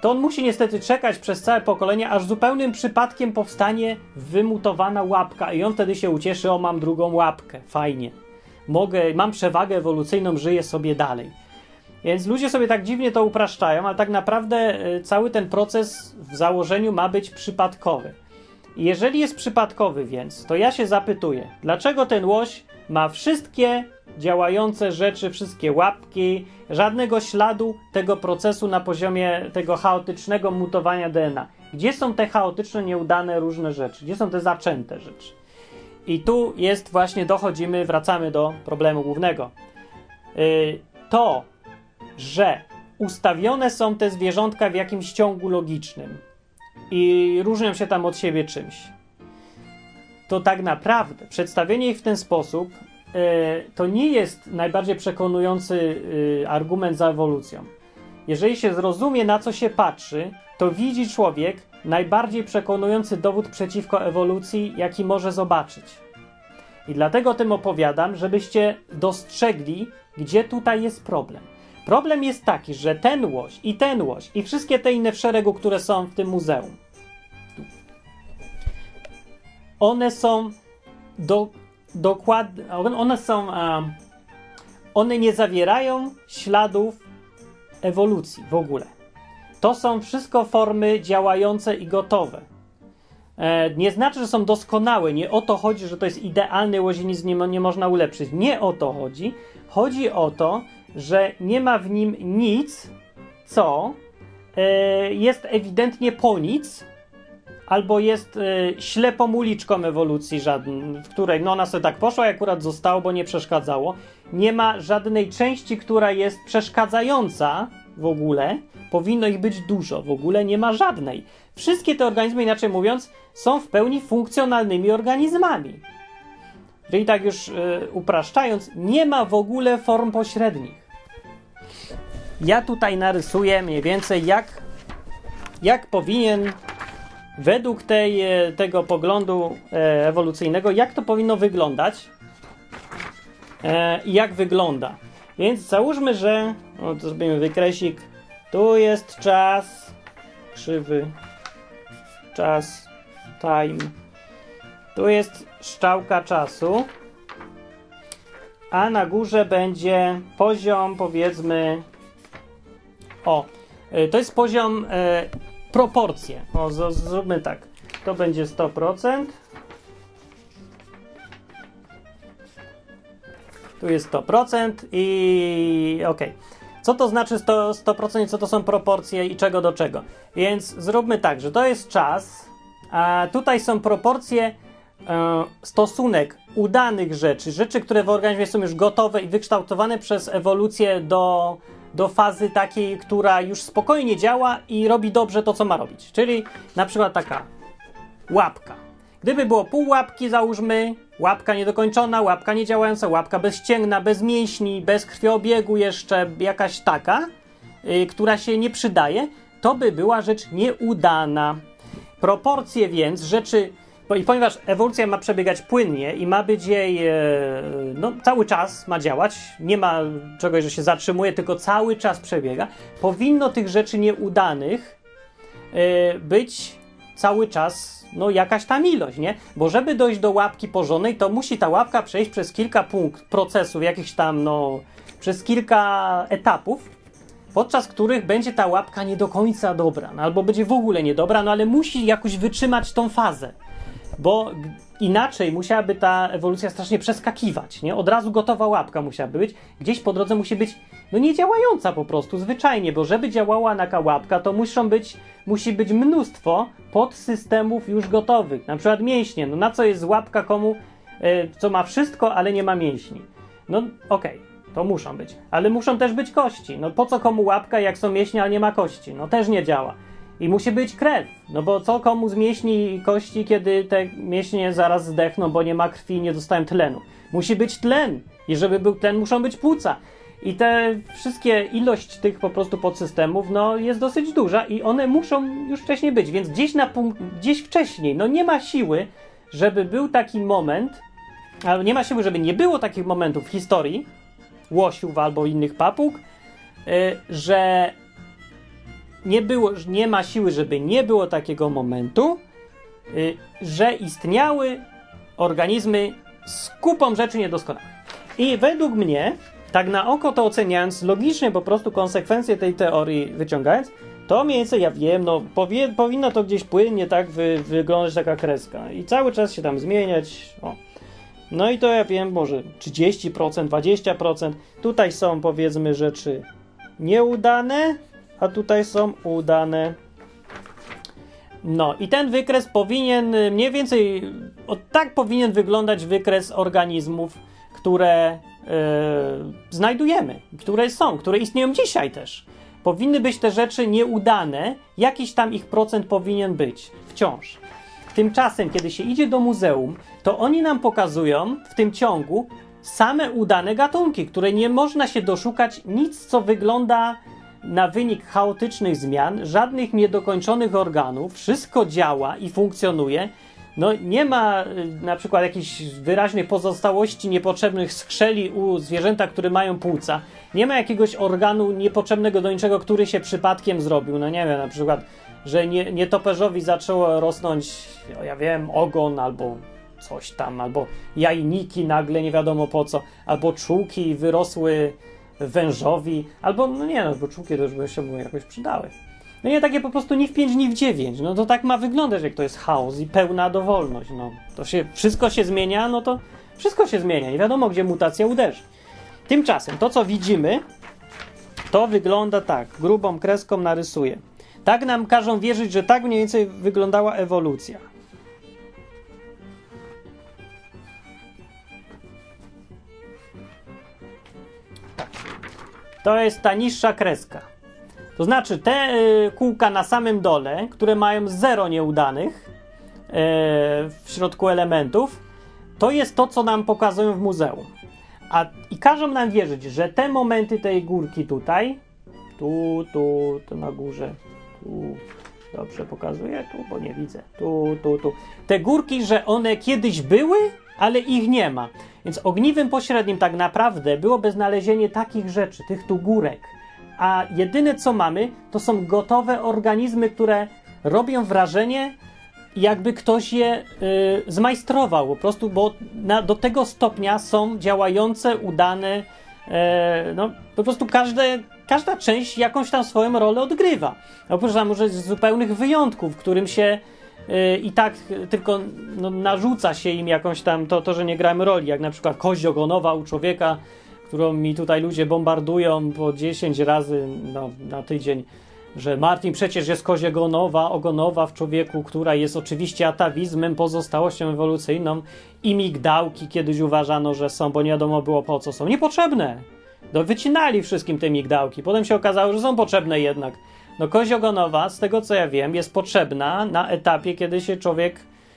to on musi niestety czekać przez całe pokolenie, aż zupełnym przypadkiem powstanie wymutowana łapka i on wtedy się ucieszy, o mam drugą łapkę, fajnie. Mam przewagę ewolucyjną, żyję sobie dalej. Więc ludzie sobie tak dziwnie to upraszczają, ale tak naprawdę cały ten proces w założeniu ma być przypadkowy. I jeżeli jest przypadkowy więc, to ja się zapytuję, dlaczego ten łoś ma wszystkie działające rzeczy, wszystkie łapki, żadnego śladu tego procesu na poziomie tego chaotycznego mutowania DNA. Gdzie są te chaotyczne, nieudane różne rzeczy? Gdzie są te zaczęte rzeczy? I tu jest właśnie, wracamy do problemu głównego. To, że ustawione są te zwierzątka w jakimś ciągu logicznym i różnią się tam od siebie czymś, to tak naprawdę przedstawienie ich w ten sposób to nie jest najbardziej przekonujący argument za ewolucją. Jeżeli się zrozumie, na co się patrzy, to widzi człowiek najbardziej przekonujący dowód przeciwko ewolucji, jaki może zobaczyć. I dlatego o tym opowiadam, żebyście dostrzegli, gdzie tutaj jest problem. Problem jest taki, że ten łoś i wszystkie te inne w szeregu, które są w tym muzeum, one są dokładnie, one nie zawierają śladów ewolucji w ogóle. To są wszystko formy działające i gotowe. Nie znaczy, że są doskonałe. Nie o to chodzi, że to jest idealny łoś i nic nie można ulepszyć. Nie o to chodzi. Chodzi o to, że nie ma w nim nic, co jest ewidentnie po nic, albo jest ślepą uliczką ewolucji, w której ona sobie tak poszła i akurat zostało, bo nie przeszkadzało. Nie ma żadnej części, która jest przeszkadzająca w ogóle. Powinno ich być dużo. W ogóle nie ma żadnej. Wszystkie te organizmy, inaczej mówiąc, są w pełni funkcjonalnymi organizmami. Czyli tak już upraszczając, nie ma w ogóle form pośrednich. Ja tutaj narysuję mniej więcej jak powinien według tego poglądu ewolucyjnego, jak to powinno wyglądać i jak wygląda. Więc załóżmy, że to zrobimy wykresik. Tu jest czas, krzywy, czas, time. Tu jest strzałka czasu, a na górze będzie poziom, powiedzmy, to jest poziom proporcje. Zróbmy tak. To będzie 100%. Tu jest 100% i okej. Co to znaczy 100% i co to są proporcje i czego do czego? Więc zróbmy tak, że to jest czas, a tutaj są proporcje, stosunek udanych rzeczy, które w organizmie są już gotowe i wykształtowane przez ewolucję do fazy takiej, która już spokojnie działa i robi dobrze to, co ma robić. Czyli na przykład taka łapka. Gdyby było pół łapki, załóżmy, łapka niedokończona, łapka niedziałająca, łapka bezścięgna, bez mięśni, bez krwiobiegu jeszcze, jakaś taka, która się nie przydaje, to by była rzecz nieudana. Proporcje więc rzeczy, ponieważ ewolucja ma przebiegać płynnie i ma być jej, cały czas ma działać, nie ma czegoś, że się zatrzymuje, tylko cały czas przebiega, powinno tych rzeczy nieudanych być cały czas, jakaś tam ilość, nie? Bo żeby dojść do łapki porządnej, to musi ta łapka przejść przez kilka procesów, jakichś tam, przez kilka etapów, podczas których będzie ta łapka nie do końca dobra, albo będzie w ogóle niedobra, ale musi jakoś wytrzymać tą fazę, bo inaczej musiałaby ta ewolucja strasznie przeskakiwać, nie? Od razu gotowa łapka musiałaby być, gdzieś po drodze musi być, niedziałająca po prostu, zwyczajnie, bo żeby działała taka łapka, to musi być mnóstwo podsystemów już gotowych, na przykład mięśnie, na co jest łapka komu, co ma wszystko, ale nie ma mięśni. Okej. To muszą być, ale muszą też być kości. Po co komu łapka, jak są mięśnie, ale nie ma kości? Też nie działa. I musi być krew, bo co komu z mięśni i kości, kiedy te mięśnie zaraz zdechną, bo nie ma krwi, nie dostają tlenu. Musi być tlen. I żeby był tlen, muszą być płuca. I te wszystkie ilość tych po prostu podsystemów, jest dosyć duża i one muszą już wcześniej być, więc gdzieś wcześniej, nie ma siły, żeby był taki moment, albo nie ma siły, żeby nie było takich momentów w historii, łosiów albo innych papug, że nie ma siły, żeby nie było takiego momentu, że istniały organizmy z kupą rzeczy niedoskonałych. I według mnie, tak na oko to oceniając, logicznie po prostu konsekwencje tej teorii wyciągając, to mniej więcej ja wiem, no powinno to gdzieś płynnie tak wyglądać taka kreska i cały czas się tam zmieniać. O. No i to ja wiem, może 30%, 20%. Tutaj są powiedzmy rzeczy nieudane, a tutaj są udane. No i ten wykres powinien mniej więcej, tak powinien wyglądać wykres organizmów, które znajdujemy, które istnieją dzisiaj też. Powinny być te rzeczy nieudane, jakiś tam ich procent powinien być, wciąż. Tymczasem, kiedy się idzie do muzeum, to oni nam pokazują w tym ciągu same udane gatunki, które nie można się doszukać nic, co wygląda na wynik chaotycznych zmian, żadnych niedokończonych organów, wszystko działa i funkcjonuje. No nie ma na przykład jakichś wyraźnych pozostałości niepotrzebnych skrzeli u zwierzęta, które mają płuca. Nie ma jakiegoś organu niepotrzebnego do niczego, który się przypadkiem zrobił. No nie wiem, na przykład, że nietoperzowi zaczęło rosnąć, ja wiem, ogon albo coś tam, albo jajniki nagle nie wiadomo po co, albo czułki wyrosły wężowi, albo no nie, no bo czułki to już by się mu jakoś przydały. No nie, takie po prostu ni w 5, ni w 9. No to tak ma wyglądać, jak to jest chaos i pełna dowolność. No to wszystko się zmienia, no to wszystko się zmienia. Nie wiadomo, gdzie mutacja uderzy. Tymczasem to, co widzimy, to wygląda tak. Grubą kreską narysuję. Tak nam każą wierzyć, że tak mniej więcej wyglądała ewolucja. Tak. To jest ta niższa kreska. To znaczy te kółka na samym dole, które mają 0 nieudanych w środku elementów, to jest to, co nam pokazują w muzeum. I każą nam wierzyć, że te momenty tej górki tutaj, tu na górze, tu, dobrze pokazuję, tu, bo nie widzę, tu. Te górki, że one kiedyś były, ale ich nie ma. Więc ogniwem pośrednim tak naprawdę byłoby znalezienie takich rzeczy, tych tu górek. A jedyne co mamy, to są gotowe organizmy, które robią wrażenie, jakby ktoś je zmajstrował po prostu, bo do tego stopnia są działające, udane, no po prostu każda część jakąś tam swoją rolę odgrywa. Oprócz tam może zupełnych wyjątków, w którym się i tak tylko no, narzuca się im jakąś tam to, że nie gramy roli, jak na przykład kość ogonowa u człowieka, którą mi tutaj ludzie bombardują po 10 razy na tydzień, że Martin, przecież jest kość ogonowa w człowieku, która jest oczywiście atawizmem, pozostałością ewolucyjną i migdałki kiedyś uważano, że są, bo nie wiadomo było po co są. Niepotrzebne! No, wycinali wszystkim te migdałki. Potem się okazało, że są potrzebne jednak. No kość ogonowa, z tego co ja wiem, jest potrzebna na etapie, kiedy się człowiek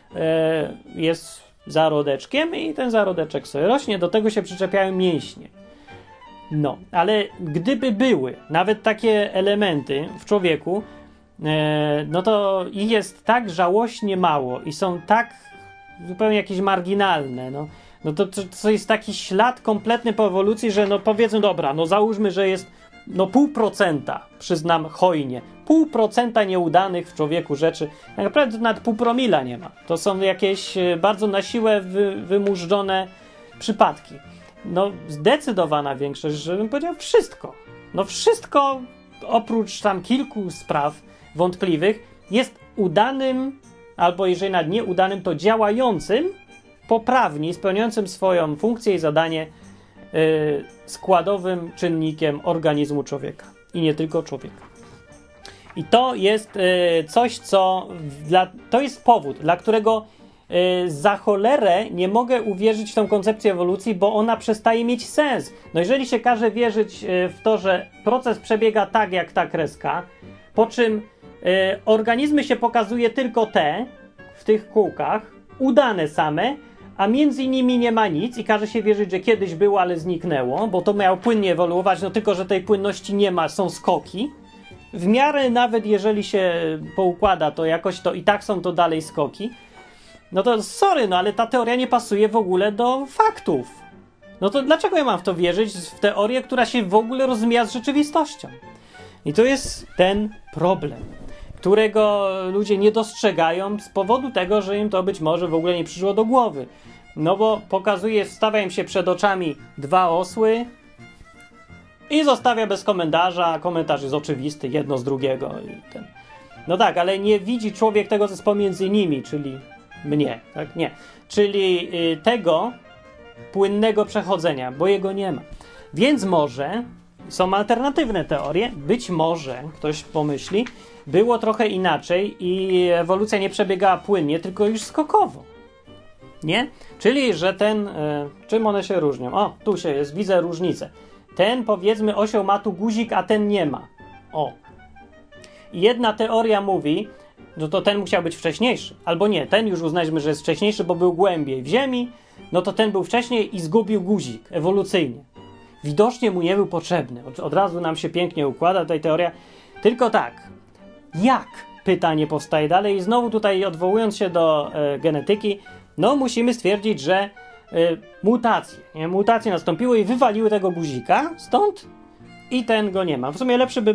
jest zarodeczkiem i ten zarodeczek sobie rośnie, do tego się przyczepiają mięśnie. No, ale gdyby były nawet takie elementy w człowieku, no to ich jest tak żałośnie mało i są tak zupełnie jakieś marginalne, no to jest taki ślad kompletny po ewolucji, że no powiedzmy, dobra, no załóżmy, że jest no 0,5%, przyznam hojnie, 0,5% nieudanych w człowieku rzeczy, tak naprawdę nawet 0,5 promila nie ma. To są jakieś bardzo na siłę wymużdżone przypadki. No zdecydowana większość, żebym powiedział wszystko. No wszystko oprócz tam kilku spraw wątpliwych jest udanym, albo jeżeli nawet nieudanym, to działającym poprawnie, spełniającym swoją funkcję i zadanie składowym czynnikiem organizmu człowieka. I nie tylko człowieka. I to jest coś, to jest powód, dla którego za cholerę nie mogę uwierzyć w tę koncepcję ewolucji, bo ona przestaje mieć sens. No jeżeli się każe wierzyć w to, że proces przebiega tak, jak ta kreska, po czym organizmy się pokazuje tylko te w tych kółkach, udane same, a między nimi nie ma nic i każe się wierzyć, że kiedyś było, ale zniknęło, bo to miało płynnie ewoluować, no tylko, że tej płynności nie ma, są skoki. W miarę nawet jeżeli się poukłada to jakoś, to i tak są to dalej skoki. No to sorry, no ale ta teoria nie pasuje w ogóle do faktów. No to dlaczego ja mam w to wierzyć, w teorię, która się w ogóle rozmija z rzeczywistością? I to jest ten problem, którego ludzie nie dostrzegają z powodu tego, że im to być może w ogóle nie przyszło do głowy. No bo wstawia im się przed oczami dwa osły i zostawia bez komentarza. Komentarz jest oczywisty, jedno z drugiego. No tak, ale nie widzi człowiek tego, co jest pomiędzy nimi, czyli mnie, tak? Nie. Czyli tego płynnego przechodzenia, bo jego nie ma. Więc może są alternatywne teorie, być może, ktoś pomyśli, było trochę inaczej i ewolucja nie przebiegała płynnie, tylko już skokowo. Nie? Czyli, że czym one się różnią? O, tu widzę różnicę. Ten, powiedzmy, osioł ma tu guzik, a ten nie ma. O. I jedna teoria mówi, że to ten musiał być wcześniejszy. Albo nie, ten już uznaliśmy, że jest wcześniejszy, bo był głębiej w ziemi, no to ten był wcześniej i zgubił guzik ewolucyjnie. Widocznie mu nie był potrzebny. Od razu nam się pięknie układa tutaj teoria. Tylko tak, jak? Pytanie powstaje dalej i znowu tutaj odwołując się do genetyki, no musimy stwierdzić, że mutacje nastąpiły i wywaliły tego guzika stąd i ten go nie ma. W sumie lepsze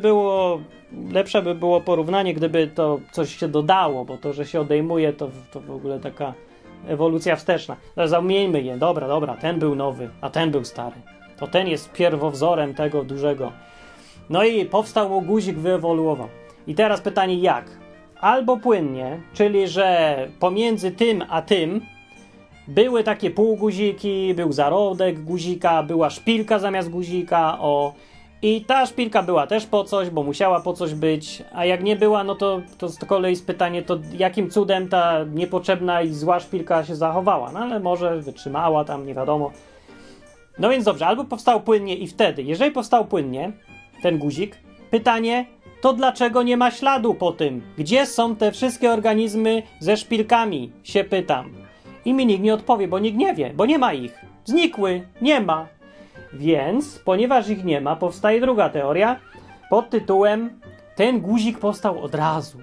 by było porównanie, gdyby to coś się dodało, bo to, że się odejmuje, to w ogóle taka ewolucja wsteczna. Zamieńmy je, dobra, ten był nowy, a ten był stary. To ten jest pierwowzorem tego dużego. No i powstał mu guzik, wyewoluował. I teraz pytanie jak? Albo płynnie, czyli że pomiędzy tym a tym były takie półguziki, był zarodek guzika, była szpilka zamiast guzika, i ta szpilka była też po coś, bo musiała po coś być, a jak nie była, no to z kolei jest pytanie, to jakim cudem ta niepotrzebna i zła szpilka się zachowała, no ale może wytrzymała tam, nie wiadomo. No więc dobrze, albo powstał płynnie i wtedy, jeżeli powstał płynnie, ten guzik, pytanie, to dlaczego nie ma śladu po tym? Gdzie są te wszystkie organizmy ze szpilkami? Się pytam. I mi nikt nie odpowie, bo nikt nie wie, bo nie ma ich. Znikły, nie ma. Więc, ponieważ ich nie ma, powstaje druga teoria pod tytułem ten guzik powstał od razu.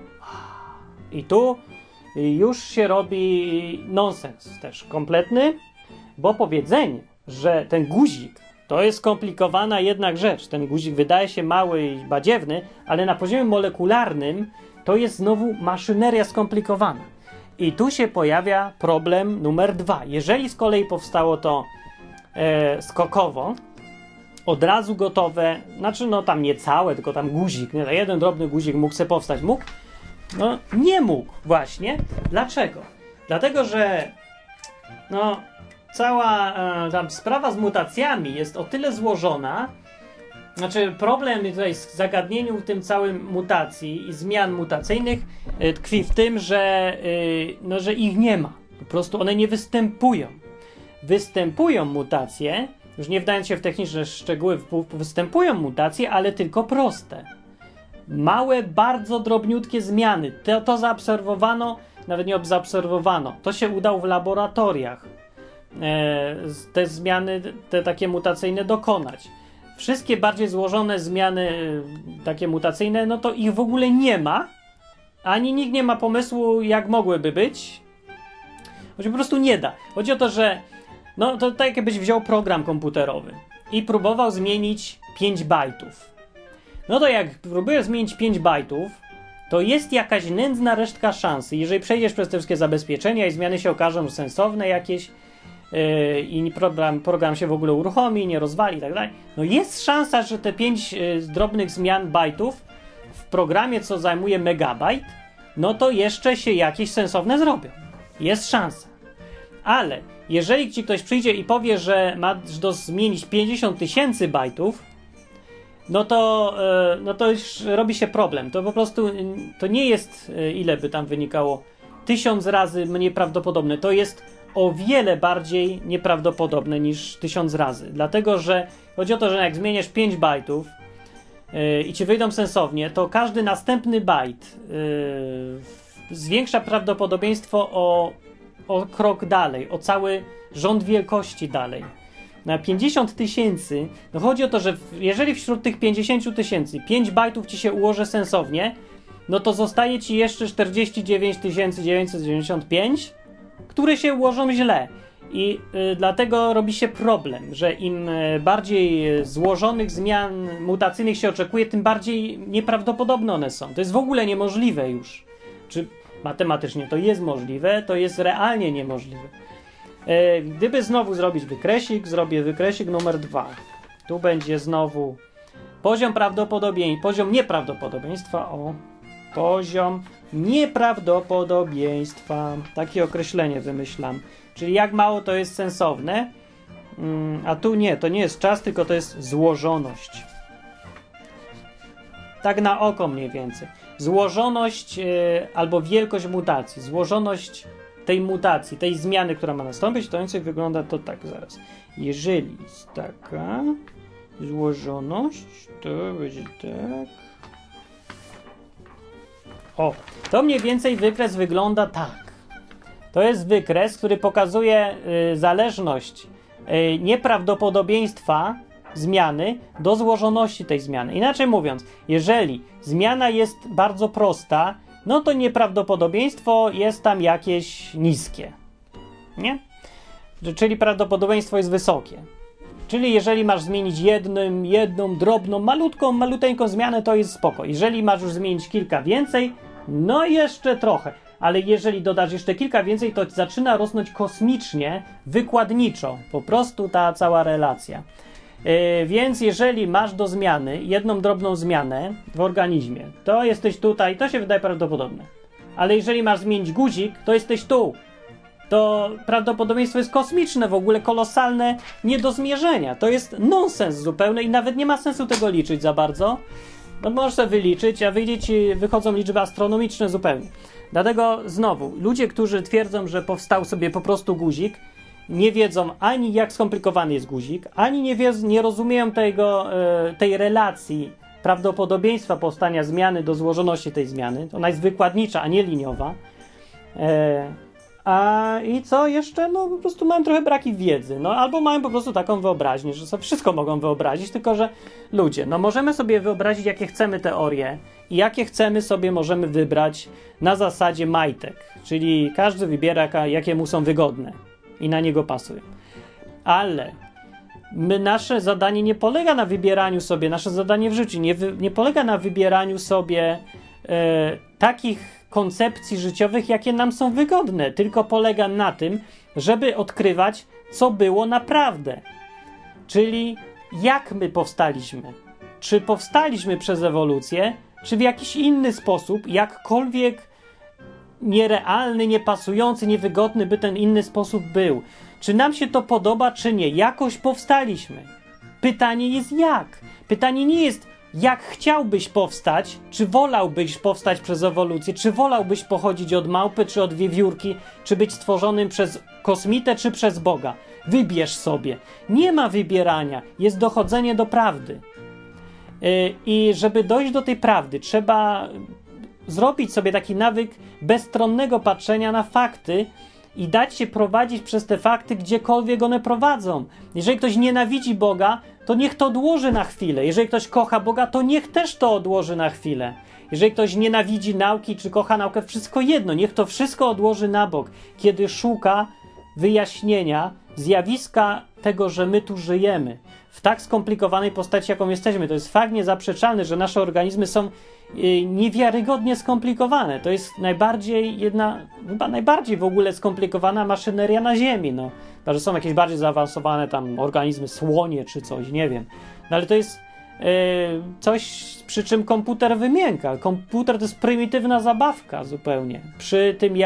I tu już się robi nonsens też kompletny, bo powiedzenie, że ten guzik to jest skomplikowana jednak rzecz. Ten guzik wydaje się mały i badziewny, ale na poziomie molekularnym to jest znowu maszyneria skomplikowana. I tu się pojawia problem numer 2. Jeżeli z kolei powstało to skokowo, od razu gotowe, znaczy no tam nie całe, tylko tam guzik, nie, jeden drobny guzik mógł sobie powstać. Mógł? No nie mógł właśnie. Dlaczego? Dlatego, że no cała tam sprawa z mutacjami jest o tyle złożona, znaczy problem tutaj z zagadnieniem w tym całym mutacji i zmian mutacyjnych tkwi w tym, że ich nie ma. Po prostu one nie występują. Występują mutacje, już nie wdając się w techniczne szczegóły, występują mutacje, ale tylko proste. Małe, bardzo drobniutkie zmiany. To zaobserwowano, nawet nie zaobserwowano. To się udało w laboratoriach. Te zmiany, te takie mutacyjne dokonać. Wszystkie bardziej złożone zmiany takie mutacyjne, no to ich w ogóle nie ma, ani nikt nie ma pomysłu, jak mogłyby być. Choć po prostu nie da. Chodzi o to, że no to tak jakbyś wziął program komputerowy i próbował zmienić 5 bajtów. No to jak próbujesz zmienić 5 bajtów, to jest jakaś nędzna resztka szansy. Jeżeli przejdziesz przez te wszystkie zabezpieczenia i zmiany się okażą sensowne jakieś, i program się w ogóle uruchomi, nie rozwali i tak dalej, no jest szansa, że te 5 drobnych zmian bajtów w programie, co zajmuje megabajt, no to jeszcze się jakieś sensowne zrobią. Jest szansa. Ale jeżeli ci ktoś przyjdzie i powie, że masz zmienić 50 000 bajtów, no to już robi się problem. To po prostu to nie jest, ile by tam wynikało, 1000 razy mniej prawdopodobne. To jest o wiele bardziej nieprawdopodobne niż 1000 razy. Dlatego, że chodzi o to, że jak zmieniasz 5 bajtów i ci wyjdą sensownie, to każdy następny bajt zwiększa prawdopodobieństwo o krok dalej, o cały rząd wielkości dalej. Na 50 000, no chodzi o to, że jeżeli wśród tych 50 000 5 bajtów ci się ułoży sensownie, no to zostaje ci jeszcze 49 995, które się ułożą źle. I dlatego robi się problem, że im bardziej złożonych zmian mutacyjnych się oczekuje, tym bardziej nieprawdopodobne one są. To jest w ogóle niemożliwe już. Czy matematycznie to jest możliwe, to jest realnie niemożliwe. Gdyby znowu zrobić wykresik, zrobię wykresik numer 2. Tu będzie znowu poziom nieprawdopodobieństwa. Poziom nieprawdopodobieństwa. Takie określenie wymyślam. Czyli jak mało to jest sensowne. A tu nie, to nie jest czas, tylko to jest złożoność. Tak na oko mniej więcej. Złożoność albo wielkość mutacji. Złożoność tej mutacji, tej zmiany, która ma nastąpić, to mniej więcej wygląda to tak zaraz. Jeżeli jest taka złożoność, to będzie tak. To mniej więcej wykres wygląda tak. To jest wykres, który pokazuje zależność nieprawdopodobieństwa zmiany do złożoności tej zmiany. Inaczej mówiąc, jeżeli zmiana jest bardzo prosta, no to nieprawdopodobieństwo jest tam jakieś niskie. Nie? Czyli prawdopodobieństwo jest wysokie. Czyli jeżeli masz zmienić jedną drobną, maluteńką zmianę, to jest spoko. Jeżeli masz już zmienić kilka więcej, no jeszcze trochę. Ale jeżeli dodasz jeszcze kilka więcej, to zaczyna rosnąć kosmicznie, wykładniczo. Po prostu ta cała relacja. Więc jeżeli masz do zmiany jedną drobną zmianę w organizmie, to jesteś tutaj, to się wydaje prawdopodobne. Ale jeżeli masz zmienić guzik, to jesteś tu. To prawdopodobieństwo jest kosmiczne, w ogóle kolosalne, nie do zmierzenia. To jest nonsens zupełny i nawet nie ma sensu tego liczyć za bardzo. No możesz sobie wyliczyć, a wychodzą liczby astronomiczne zupełnie. Dlatego znowu, ludzie, którzy twierdzą, że powstał sobie po prostu guzik, nie wiedzą ani jak skomplikowany jest guzik, ani nie rozumieją tej relacji prawdopodobieństwa powstania zmiany do złożoności tej zmiany. Ona jest wykładnicza, a nie liniowa. I co jeszcze? No po prostu mają trochę braki wiedzy. No albo mają po prostu taką wyobraźnię, że sobie wszystko mogą wyobrazić, tylko że ludzie, no możemy sobie wyobrazić, jakie chcemy teorie i jakie chcemy sobie możemy wybrać na zasadzie majtek. Czyli każdy wybiera, jakie mu są wygodne i na niego pasują. Ale nasze zadanie nie polega na wybieraniu sobie, nasze zadanie w życiu nie polega na wybieraniu sobie takich koncepcji życiowych, jakie nam są wygodne, tylko polega na tym, żeby odkrywać, co było naprawdę. Czyli jak my powstaliśmy. Czy powstaliśmy przez ewolucję, czy w jakiś inny sposób, jakkolwiek nierealny, niepasujący, niewygodny by ten inny sposób był. Czy nam się to podoba, czy nie. Jakoś powstaliśmy. Pytanie jest jak. Pytanie nie jest, jak chciałbyś powstać, czy wolałbyś powstać przez ewolucję, czy wolałbyś pochodzić od małpy, czy od wiewiórki, czy być stworzonym przez kosmitę, czy przez Boga. Wybierz sobie. Nie ma wybierania. Jest dochodzenie do prawdy. I żeby dojść do tej prawdy, trzeba zrobić sobie taki nawyk bezstronnego patrzenia na fakty i dać się prowadzić przez te fakty, gdziekolwiek one prowadzą. Jeżeli ktoś nienawidzi Boga, to niech to odłoży na chwilę. Jeżeli ktoś kocha Boga, to niech też to odłoży na chwilę. Jeżeli ktoś nienawidzi nauki, czy kocha naukę, wszystko jedno, niech to wszystko odłoży na bok, kiedy szuka wyjaśnienia zjawiska tego, że my tu żyjemy. W tak skomplikowanej postaci, jaką jesteśmy. To jest fakt niezaprzeczalny, że nasze organizmy są niewiarygodnie skomplikowane. To jest chyba najbardziej w ogóle skomplikowana maszyneria na Ziemi. No. Że są jakieś bardziej zaawansowane tam organizmy, słonie czy coś, nie wiem. No ale to jest coś, przy czym komputer wymięka. Komputer to jest prymitywna zabawka zupełnie. Przy tym,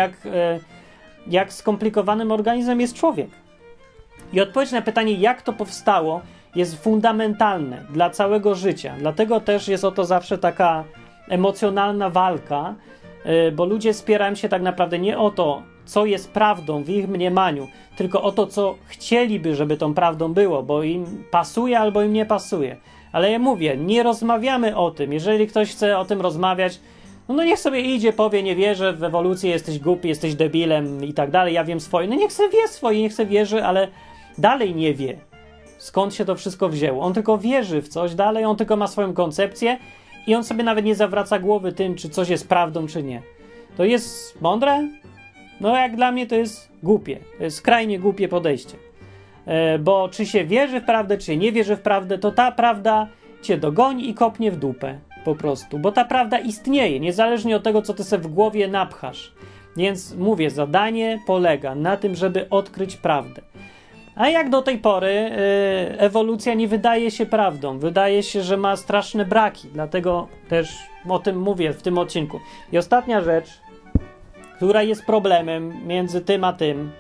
jak skomplikowanym organizmem jest człowiek. I odpowiedź na pytanie, jak to powstało, jest fundamentalne dla całego życia. Dlatego też jest o to zawsze taka emocjonalna walka, bo ludzie spierają się tak naprawdę nie o to, co jest prawdą w ich mniemaniu, tylko o to, co chcieliby, żeby tą prawdą było, bo im pasuje albo im nie pasuje. Ale ja mówię, nie rozmawiamy o tym. Jeżeli ktoś chce o tym rozmawiać, no niech sobie idzie, powie, nie wierzę w ewolucję, jesteś głupi, jesteś debilem i tak dalej, ja wiem swoje. No niech sobie wie swoje, niech sobie wierzy, ale dalej nie wie, skąd się to wszystko wzięło. On tylko wierzy w coś dalej, on tylko ma swoją koncepcję i on sobie nawet nie zawraca głowy tym, czy coś jest prawdą, czy nie. To jest mądre? No jak dla mnie to jest głupie, to jest skrajnie głupie podejście. Bo czy się wierzy w prawdę, czy się nie wierzy w prawdę, to ta prawda cię dogoni i kopnie w dupę po prostu. Bo ta prawda istnieje, niezależnie od tego, co ty sobie w głowie napchasz. Więc mówię, zadanie polega na tym, żeby odkryć prawdę. A jak do tej pory ewolucja nie wydaje się prawdą. Wydaje się, że ma straszne braki. Dlatego też o tym mówię w tym odcinku. I ostatnia rzecz, która jest problemem między tym a tym.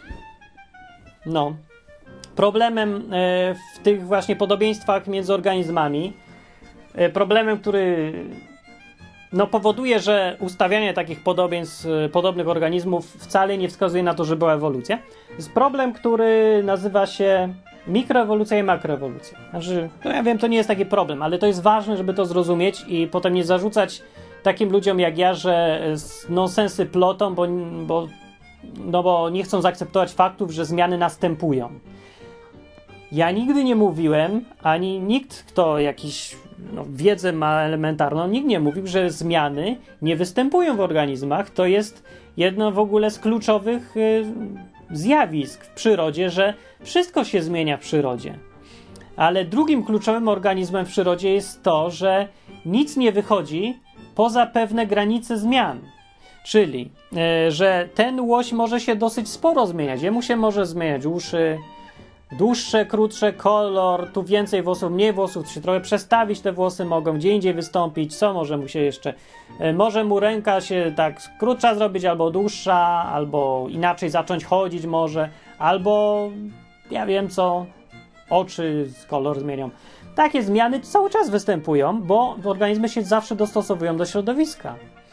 Problemem w tych właśnie podobieństwach między organizmami. Problemem, który powoduje, że ustawianie takich podobieństw, podobnych organizmów wcale nie wskazuje na to, że była ewolucja. Jest problem, który nazywa się mikroewolucja i makroewolucja. Znaczy, ja wiem, to nie jest taki problem, ale to jest ważne, żeby to zrozumieć i potem nie zarzucać takim ludziom jak ja, że nonsensy plotą, bo nie chcą zaakceptować faktów, że zmiany następują. Ja nigdy nie mówiłem, ani nikt, kto jakiś wiedzę ma elementarną, nikt nie mówił, że zmiany nie występują w organizmach. To jest jedno w ogóle z kluczowych zjawisk w przyrodzie, że wszystko się zmienia w przyrodzie. Ale drugim kluczowym organizmem w przyrodzie jest to, że nic nie wychodzi poza pewne granice zmian. Czyli, że ten łoś może się dosyć sporo zmieniać. Jemu się może zmieniać uszy, dłuższe, krótsze, kolor, tu więcej włosów, mniej włosów, się trochę przestawić te włosy mogą, gdzie indziej wystąpić, co może mu się jeszcze, może mu ręka się tak krótsza zrobić, albo dłuższa, albo inaczej zacząć chodzić może, albo ja wiem co, oczy, kolor zmienią. Takie zmiany cały czas występują, bo organizmy się zawsze dostosowują do środowiska.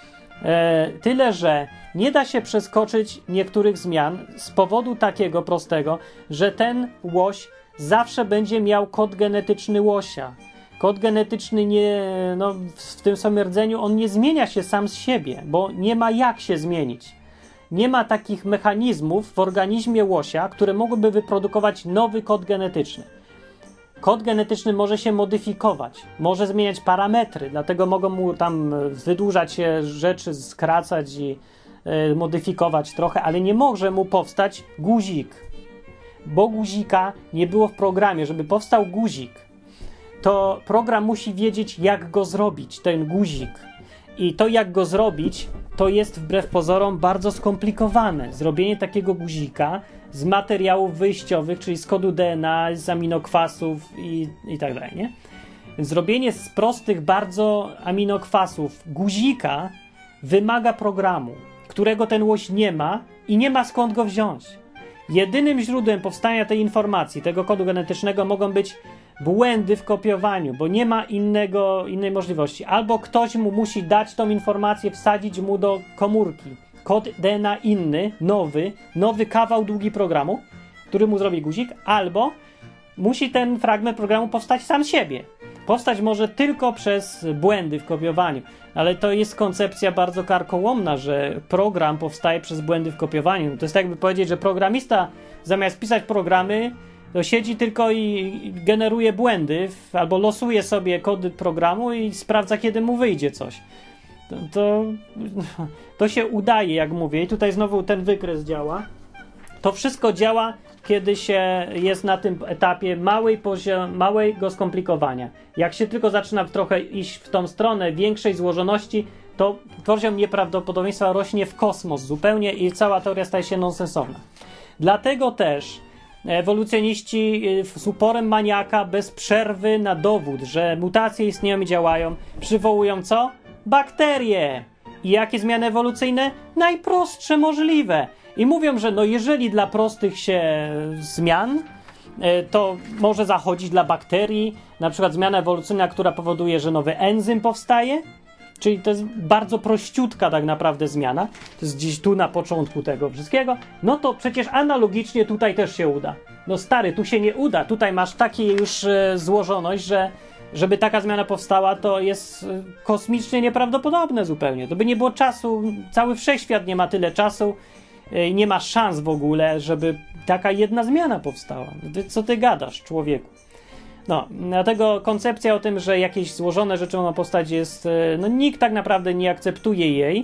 Tyle, że nie da się przeskoczyć niektórych zmian z powodu takiego prostego, że ten łoś zawsze będzie miał kod genetyczny łosia. Kod genetyczny w tym samym rdzeniu on nie zmienia się sam z siebie, bo nie ma jak się zmienić. Nie ma takich mechanizmów w organizmie łosia, które mogłyby wyprodukować nowy kod genetyczny. Kod genetyczny może się modyfikować, może zmieniać parametry, dlatego mogą mu tam wydłużać się rzeczy, skracać i modyfikować trochę, ale nie może mu powstać guzik, bo guzika nie było w programie. Żeby powstał guzik, to program musi wiedzieć, jak go zrobić, ten guzik. I to, jak go zrobić, to jest wbrew pozorom bardzo skomplikowane. Zrobienie takiego guzika z materiałów wyjściowych, czyli z kodu DNA, z aminokwasów i tak dalej, nie? Więc zrobienie z prostych bardzo aminokwasów guzika wymaga programu, którego ten łoś nie ma i nie ma skąd go wziąć. Jedynym źródłem powstania tej informacji, tego kodu genetycznego mogą być błędy w kopiowaniu, bo nie ma innej możliwości. Albo ktoś mu musi dać tą informację, wsadzić mu do komórki kod DNA inny, nowy kawał długi programu, który mu zrobi guzik, albo musi ten fragment programu powstać sam z siebie. Powstać może tylko przez błędy w kopiowaniu, ale to jest koncepcja bardzo karkołomna, że program powstaje przez błędy w kopiowaniu. To jest tak, jakby powiedzieć, że programista zamiast pisać programy, to siedzi tylko i generuje błędy, albo losuje sobie kody programu i sprawdza, kiedy mu wyjdzie coś. To się udaje, jak mówię. I tutaj znowu ten wykres działa. To wszystko działa, kiedy się jest na tym etapie małego skomplikowania. Jak się tylko zaczyna trochę iść w tą stronę większej złożoności, to poziom nieprawdopodobieństwa rośnie w kosmos zupełnie i cała teoria staje się nonsensowna. Dlatego też ewolucjoniści z uporem maniaka bez przerwy na dowód, że mutacje istnieją i działają, przywołują co? Bakterie! I jakie zmiany ewolucyjne? Najprostsze możliwe. I mówią, że jeżeli dla prostych zmian, to może zachodzić dla bakterii, na przykład zmiana ewolucyjna, która powoduje, że nowy enzym powstaje, czyli to jest bardzo prościutka tak naprawdę zmiana, to jest gdzieś tu na początku tego wszystkiego, no to przecież analogicznie tutaj też się uda. No stary, tu się nie uda, tutaj masz taką już złożoność, że żeby taka zmiana powstała, to jest kosmicznie nieprawdopodobne zupełnie. To by nie było czasu, cały wszechświat nie ma tyle czasu, nie ma szans w ogóle, żeby taka jedna zmiana powstała. Co ty gadasz, człowieku? No, dlatego koncepcja o tym, że jakieś złożone rzeczy mogą powstać jest, nikt tak naprawdę nie akceptuje jej,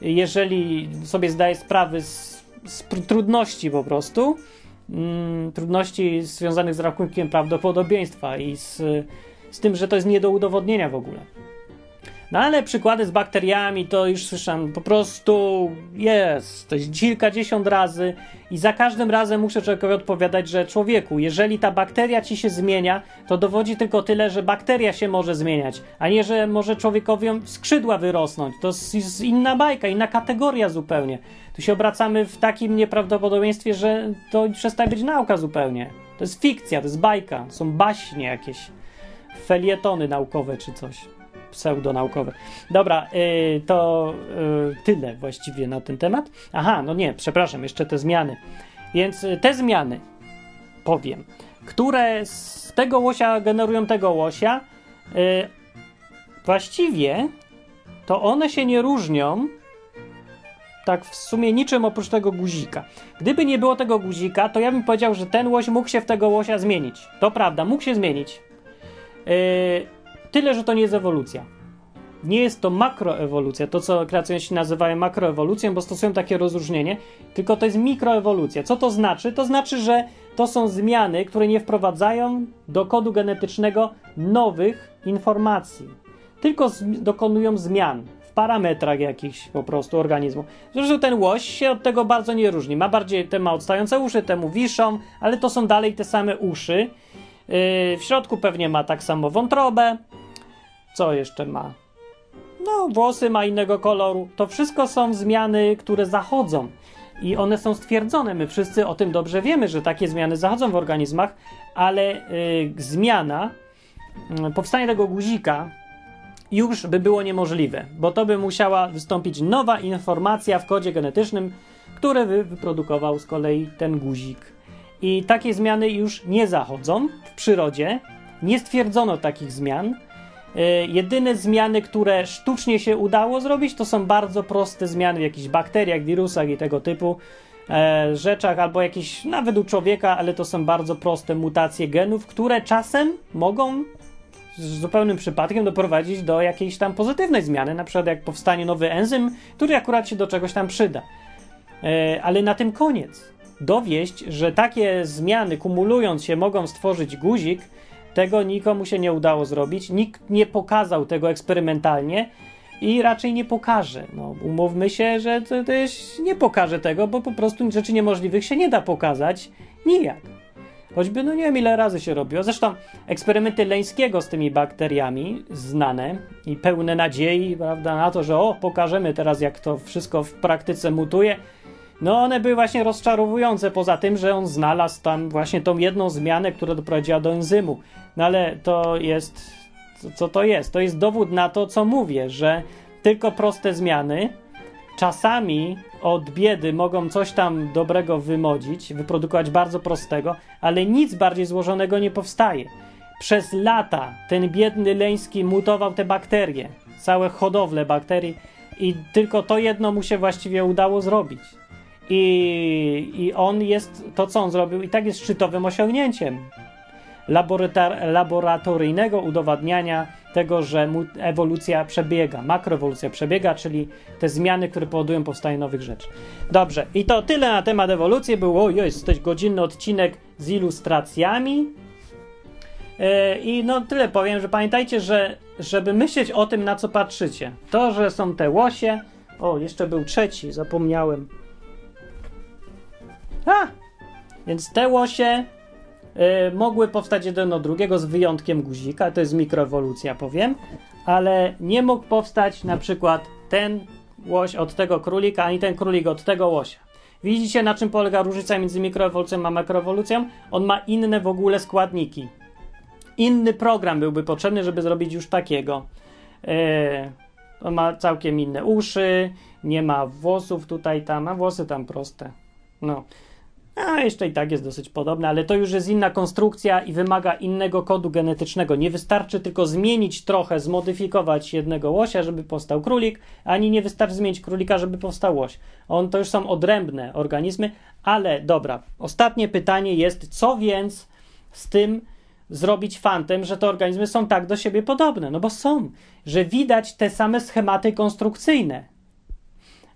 jeżeli sobie zdaję sprawę z trudności po prostu, trudności związanych z rachunkiem prawdopodobieństwa i z tym, że to jest nie do udowodnienia w ogóle. No ale przykłady z bakteriami to już słyszałem po prostu to jest kilkadziesiąt razy i za każdym razem muszę człowiekowi odpowiadać, że człowieku, jeżeli ta bakteria ci się zmienia, to dowodzi tylko tyle, że bakteria się może zmieniać, a nie, że może człowiekowi skrzydła wyrosnąć. To jest inna bajka, inna kategoria zupełnie. Tu się obracamy w takim nieprawdopodobieństwie, że to przestaje być nauka zupełnie. To jest fikcja, to jest bajka, są baśnie jakieś, felietony naukowe czy coś. Pseudonaukowe. Dobra, to tyle właściwie na ten temat. Aha, no nie, przepraszam, jeszcze te zmiany. Więc te zmiany, powiem, które z tego łosia generują tego łosia, właściwie to one się nie różnią tak w sumie niczym oprócz tego guzika. Gdyby nie było tego guzika, to ja bym powiedział, że ten łoś mógł się w tego łosia zmienić. To prawda, mógł się zmienić. Tyle, że to nie jest ewolucja. Nie jest to makroewolucja, to co kreacjoniści nazywają makroewolucją, bo stosują takie rozróżnienie, tylko to jest mikroewolucja. Co to znaczy? To znaczy, że to są zmiany, które nie wprowadzają do kodu genetycznego nowych informacji, tylko dokonują zmian w parametrach jakichś po prostu organizmu. Zresztą ten łoś się od tego bardzo nie różni. Ma odstające uszy, temu wiszą, ale to są dalej te same uszy. W środku pewnie ma tak samo wątrobę. Co jeszcze ma? No, włosy ma innego koloru. To wszystko są zmiany, które zachodzą i one są stwierdzone. My wszyscy o tym dobrze wiemy, że takie zmiany zachodzą w organizmach, ale powstanie tego guzika już by było niemożliwe, bo to by musiała wystąpić nowa informacja w kodzie genetycznym, który wyprodukował z kolei ten guzik. I takie zmiany już nie zachodzą w przyrodzie. Nie stwierdzono takich zmian. Jedyne zmiany, które sztucznie się udało zrobić, to są bardzo proste zmiany w jakichś bakteriach, wirusach i tego typu rzeczach, albo jakieś nawet u człowieka, ale to są bardzo proste mutacje genów, które czasem mogą z zupełnym przypadkiem doprowadzić do jakiejś tam pozytywnej zmiany, na przykład jak powstanie nowy enzym, który akurat się do czegoś tam przyda. Ale na tym koniec. Dowieść, że takie zmiany kumulując się mogą stworzyć guzik, tego nikomu się nie udało zrobić, nikt nie pokazał tego eksperymentalnie i raczej nie pokaże. No, umówmy się, że to nie pokaże tego, bo po prostu rzeczy niemożliwych się nie da pokazać nijak. Choćby, no nie wiem ile razy się robiło. Zresztą eksperymenty Leńskiego z tymi bakteriami, znane i pełne nadziei, prawda, na to, że pokażemy teraz jak to wszystko w praktyce mutuje. No one były właśnie rozczarowujące, poza tym, że on znalazł tam właśnie tą jedną zmianę, która doprowadziła do enzymu. No ale to jest... Co to jest? To jest dowód na to, co mówię, że tylko proste zmiany czasami od biedy mogą coś tam dobrego wymodzić, wyprodukować bardzo prostego, ale nic bardziej złożonego nie powstaje. Przez lata ten biedny Leński mutował te bakterie, całe hodowle bakterii i tylko to jedno mu się właściwie udało zrobić. I on jest, to co on zrobił, i tak jest szczytowym osiągnięciem laboratoryjnego udowadniania tego, że ewolucja przebiega, makroewolucja przebiega, czyli te zmiany, które powodują powstanie nowych rzeczy. Dobrze, i to tyle na temat ewolucji. Był, jest godzinny odcinek z ilustracjami. I no tyle powiem, że pamiętajcie, że żeby myśleć o tym, na co patrzycie, to, że są te łosie, jeszcze był trzeci, zapomniałem. Więc te łosie mogły powstać jeden od drugiego z wyjątkiem guzika, to jest mikroewolucja, powiem, ale nie mógł powstać na przykład ten łoś od tego królika, ani ten królik od tego łosia. Widzicie, na czym polega różnica między mikroewolucją a makroewolucją? On ma inne w ogóle składniki. Inny program byłby potrzebny, żeby zrobić już takiego. On ma całkiem inne uszy, nie ma włosów tutaj, tam, a włosy tam proste. No. A jeszcze i tak jest dosyć podobne, ale to już jest inna konstrukcja i wymaga innego kodu genetycznego. Nie wystarczy tylko zmienić trochę, zmodyfikować jednego łosia, żeby powstał królik, ani nie wystarczy zmienić królika, żeby powstał łoś. To już są odrębne organizmy, ale dobra. Ostatnie pytanie jest, co więc z tym zrobić fantem, że te organizmy są tak do siebie podobne? No bo są, że widać te same schematy konstrukcyjne.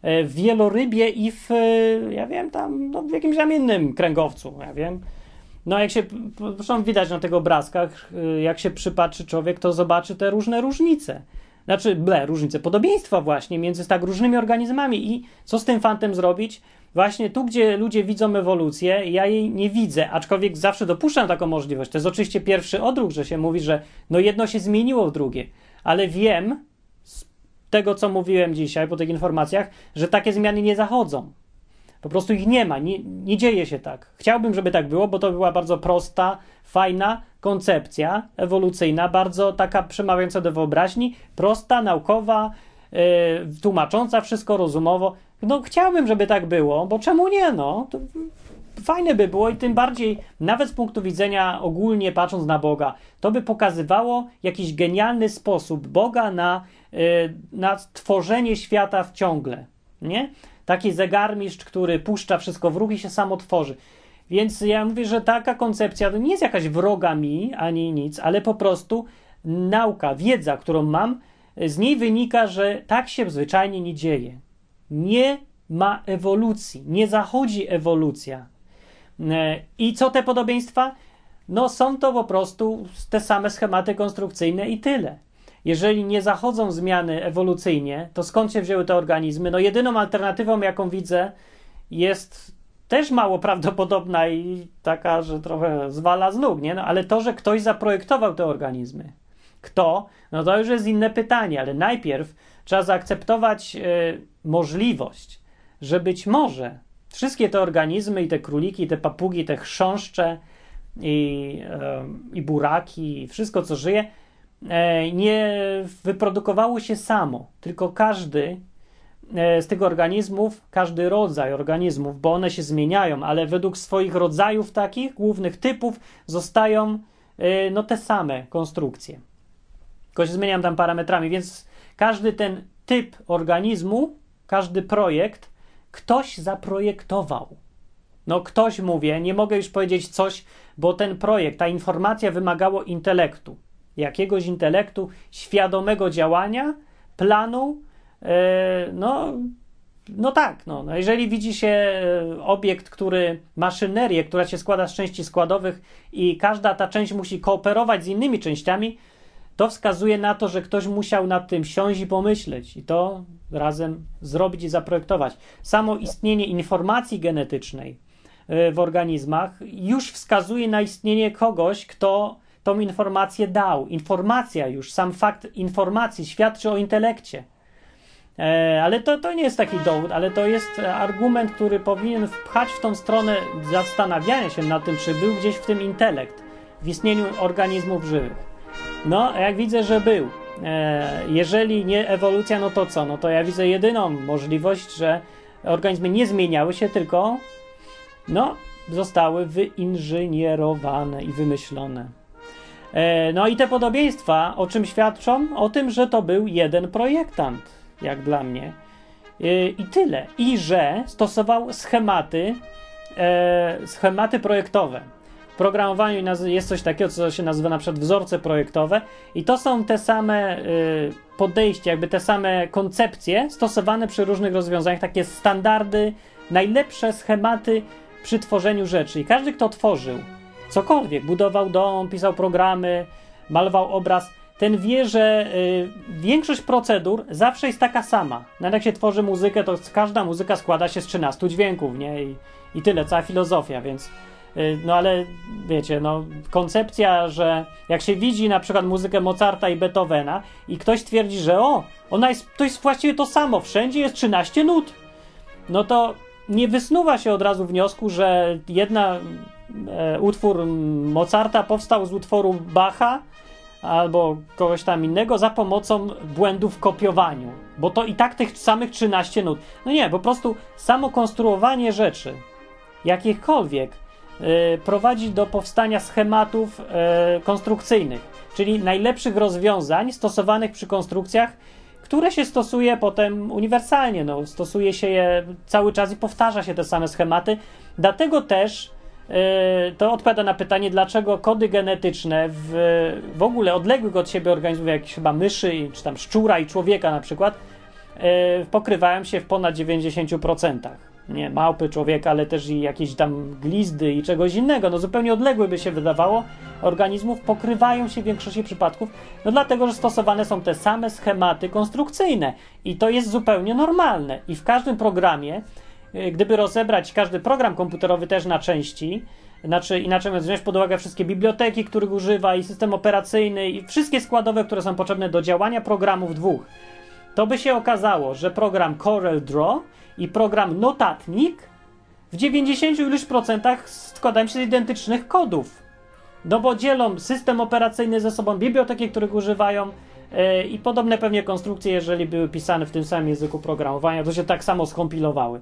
w wielorybie i w, ja wiem, tam, no, w jakimś tam innym kręgowcu, ja wiem. No jak się, zresztą widać na tych obrazkach, jak się przypatrzy człowiek, to zobaczy te różne różnice. Znaczy, różnice, podobieństwa właśnie między tak różnymi organizmami i co z tym fantem zrobić? Właśnie tu, gdzie ludzie widzą ewolucję, ja jej nie widzę, aczkolwiek zawsze dopuszczam taką możliwość. To jest oczywiście pierwszy odruch, że się mówi, że no jedno się zmieniło w drugie, ale wiem z tego, co mówiłem dzisiaj po tych informacjach, że takie zmiany nie zachodzą. Po prostu ich nie ma, nie dzieje się tak. Chciałbym, żeby tak było, bo to była bardzo prosta, fajna koncepcja ewolucyjna, bardzo taka przemawiająca do wyobraźni, prosta, naukowa, tłumacząca wszystko rozumowo. No chciałbym, żeby tak było, bo czemu nie, no? To fajne by było i tym bardziej, nawet z punktu widzenia ogólnie patrząc na Boga, to by pokazywało jakiś genialny sposób Boga na tworzenie świata ciągle, nie? Taki zegarmistrz, który puszcza wszystko w ruch i się samo tworzy. Więc ja mówię, że taka koncepcja to nie jest jakaś wroga mi, ani nic, ale po prostu nauka, wiedza, którą mam, z niej wynika, że tak się zwyczajnie nie dzieje. Nie ma ewolucji, nie zachodzi ewolucja. I co te podobieństwa? No są to po prostu te same schematy konstrukcyjne i tyle. Jeżeli nie zachodzą zmiany ewolucyjnie, to skąd się wzięły te organizmy? No jedyną alternatywą, jaką widzę, jest też mało prawdopodobna i taka, że trochę zwala z nóg, nie? No, ale to, że ktoś zaprojektował te organizmy. Kto? No to już jest inne pytanie, ale najpierw trzeba zaakceptować możliwość, że być może wszystkie te organizmy, i te króliki, i te papugi, i te chrząszcze, i buraki, i wszystko, co żyje, nie wyprodukowało się samo, tylko każdy z tych organizmów, każdy rodzaj organizmów, bo one się zmieniają, ale według swoich rodzajów takich, głównych typów, zostają no te same konstrukcje. Tylko się zmieniam tam parametrami, więc każdy ten typ organizmu, każdy projekt, ktoś zaprojektował. No ktoś, mówię, nie mogę już powiedzieć coś, bo ten projekt, ta informacja wymagało intelektu. Jakiegoś intelektu, świadomego działania, planu, no tak, no. Jeżeli widzi się obiekt, maszynerię, która się składa z części składowych i każda ta część musi kooperować z innymi częściami, to wskazuje na to, że ktoś musiał nad tym siąść i pomyśleć i to razem zrobić i zaprojektować. Samo istnienie informacji genetycznej w organizmach już wskazuje na istnienie kogoś, kto tą informację dał. Informacja już, sam fakt informacji świadczy o intelekcie. Ale to nie jest taki dowód, ale to jest argument, który powinien wpchać w tą stronę zastanawiania się nad tym, czy był gdzieś w tym intelekt, w istnieniu organizmów żywych. No, jak widzę, że był. Jeżeli nie ewolucja, no to co? No to ja widzę jedyną możliwość, że organizmy nie zmieniały się, tylko zostały wyinżynierowane i wymyślone. No i te podobieństwa o czym świadczą? O tym, że to był jeden projektant, jak dla mnie. I tyle. I że stosował schematy projektowe. W programowaniu jest coś takiego, co się nazywa na przykład wzorce projektowe i to są te same podejścia, jakby te same koncepcje stosowane przy różnych rozwiązaniach, takie standardy, najlepsze schematy przy tworzeniu rzeczy. I każdy, kto tworzył cokolwiek, budował dom, pisał programy, malował obraz, ten wie, że większość procedur zawsze jest taka sama. Nawet jak się tworzy muzykę, to każda muzyka składa się z 13 dźwięków, nie? I tyle, cała filozofia, więc no ale wiecie, no koncepcja, że jak się widzi na przykład muzykę Mozarta i Beethovena i ktoś twierdzi, że to jest właściwie to samo, wszędzie jest 13 nut, no to nie wysnuwa się od razu wniosku, że utwór Mozarta powstał z utworu Bacha albo kogoś tam innego za pomocą błędów w kopiowaniu, bo to i tak tych samych 13 nut. No nie, po prostu samo konstruowanie rzeczy, jakichkolwiek, prowadzi do powstania schematów konstrukcyjnych, czyli najlepszych rozwiązań stosowanych przy konstrukcjach, które się stosuje potem uniwersalnie. No, stosuje się je cały czas i powtarza się te same schematy. Dlatego też to odpowiada na pytanie, dlaczego kody genetyczne w ogóle odległych od siebie organizmów, jak chyba myszy, czy tam szczura i człowieka na przykład, pokrywają się w ponad 90%. Nie małpy, człowieka, ale też i jakieś tam glizdy i czegoś innego, no zupełnie odległe by się wydawało, organizmów pokrywają się w większości przypadków, no dlatego, że stosowane są te same schematy konstrukcyjne i to jest zupełnie normalne i w każdym programie, gdyby rozebrać każdy program komputerowy też na części, inaczej mówiąc, wziąć pod uwagę wszystkie biblioteki, których używa i system operacyjny i wszystkie składowe, które są potrzebne do działania programów dwóch, to by się okazało, że program CorelDRAW i program Notatnik w 90 iluś procentach składają się z identycznych kodów. No bo dzielą system operacyjny ze sobą, biblioteki, których używają i podobne pewnie konstrukcje, jeżeli były pisane w tym samym języku programowania, to się tak samo skompilowały.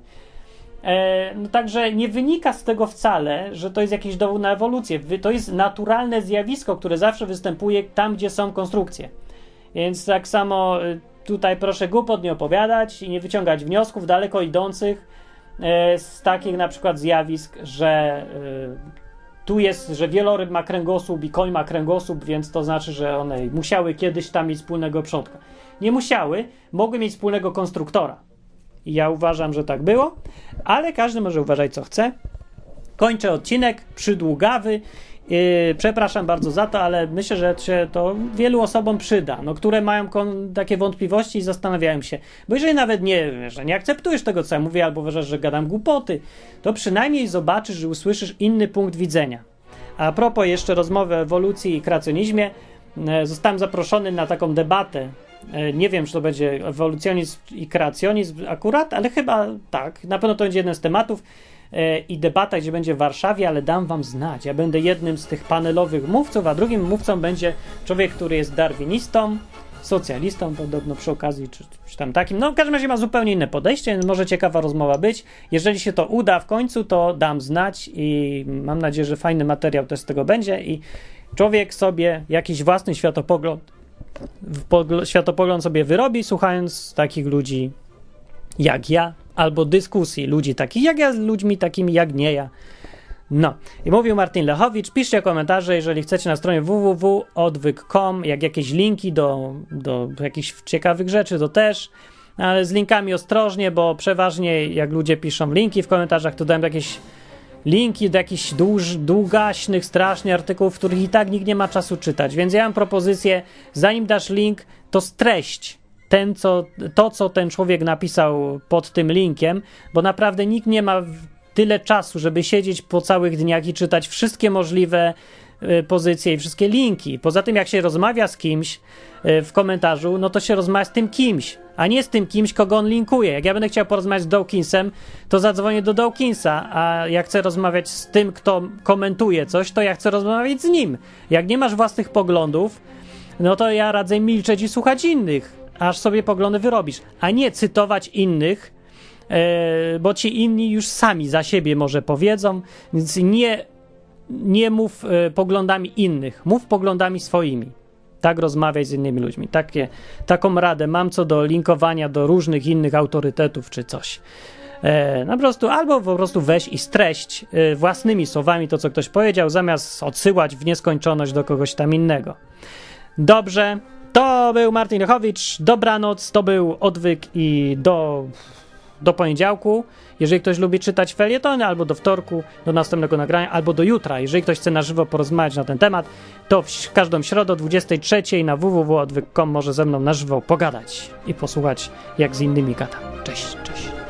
No także nie wynika z tego wcale, że to jest jakiś dowód na ewolucję. To jest naturalne zjawisko, które zawsze występuje tam, gdzie są konstrukcje. Więc tak samo tutaj proszę głupot nie opowiadać i nie wyciągać wniosków daleko idących z takich na przykład zjawisk, że tu jest, że wieloryb ma kręgosłup i koń ma kręgosłup, więc to znaczy, że one musiały kiedyś tam mieć wspólnego przodka. Nie musiały, mogły mieć wspólnego konstruktora. I ja uważam, że tak było, ale każdy może uważać, co chce. Kończę odcinek, przydługawy. Przepraszam bardzo za to, ale myślę, że się to wielu osobom przyda, no, które mają takie wątpliwości i zastanawiają się. Bo jeżeli nawet nie akceptujesz tego, co ja mówię, albo uważasz, że gadam głupoty, to przynajmniej zobaczysz i usłyszysz inny punkt widzenia. A propos jeszcze rozmowy o ewolucji i kreacjonizmie, zostałem zaproszony na taką debatę. Nie wiem, czy to będzie ewolucjonizm i kreacjonizm akurat, ale chyba tak. Na pewno to będzie jeden z tematów i debata, gdzie będzie w Warszawie, ale dam wam znać. Ja będę jednym z tych panelowych mówców, a drugim mówcą będzie człowiek, który jest darwinistą, socjalistą podobno przy okazji, czy tam takim. No w każdym razie ma zupełnie inne podejście, może ciekawa rozmowa być. Jeżeli się to uda w końcu, to dam znać i mam nadzieję, że fajny materiał też z tego będzie i człowiek sobie jakiś własny światopogląd sobie wyrobi, słuchając takich ludzi jak ja, albo dyskusji ludzi takich jak ja z ludźmi takimi jak nie ja. No. I mówił Martin Lechowicz. Piszcie komentarze, jeżeli chcecie, na stronie www.odwyk.com, jak jakieś linki do jakichś ciekawych rzeczy, to też, ale z linkami ostrożnie, bo przeważnie jak ludzie piszą linki w komentarzach, to dałem jakieś linki do jakichś długaśnych strasznie artykułów, których i tak nikt nie ma czasu czytać, więc ja mam propozycję, zanim dasz link, to streść co ten człowiek napisał pod tym linkiem, bo naprawdę nikt nie ma tyle czasu, żeby siedzieć po całych dniach i czytać wszystkie możliwe pozycje i wszystkie linki. Poza tym, jak się rozmawia z kimś w komentarzu, no to się rozmawia z tym kimś, a nie z tym kimś, kogo on linkuje. Jak ja będę chciał porozmawiać z Dawkinsem, to zadzwonię do Dawkinsa, a jak chcę rozmawiać z tym, kto komentuje coś, to ja chcę rozmawiać z nim. Jak nie masz własnych poglądów, no to ja radzę milczeć i słuchać innych, aż sobie poglądy wyrobisz, a nie cytować innych, bo ci inni już sami za siebie może powiedzą, więc nie mów poglądami innych, mów poglądami swoimi. Tak rozmawiaj z innymi ludźmi. Taką radę mam co do linkowania do różnych innych autorytetów czy coś. Albo po prostu weź i streść własnymi słowami to, co ktoś powiedział, zamiast odsyłać w nieskończoność do kogoś tam innego. Dobrze, to był Martin Lechowicz, dobranoc, to był Odwyk i do poniedziałku, jeżeli ktoś lubi czytać felietony, albo do wtorku, do następnego nagrania, albo do jutra. Jeżeli ktoś chce na żywo porozmawiać na ten temat, to w każdą środę o 23:00 na www.odwyk.com może ze mną na żywo pogadać i posłuchać, jak z innymi gadam. Cześć, cześć.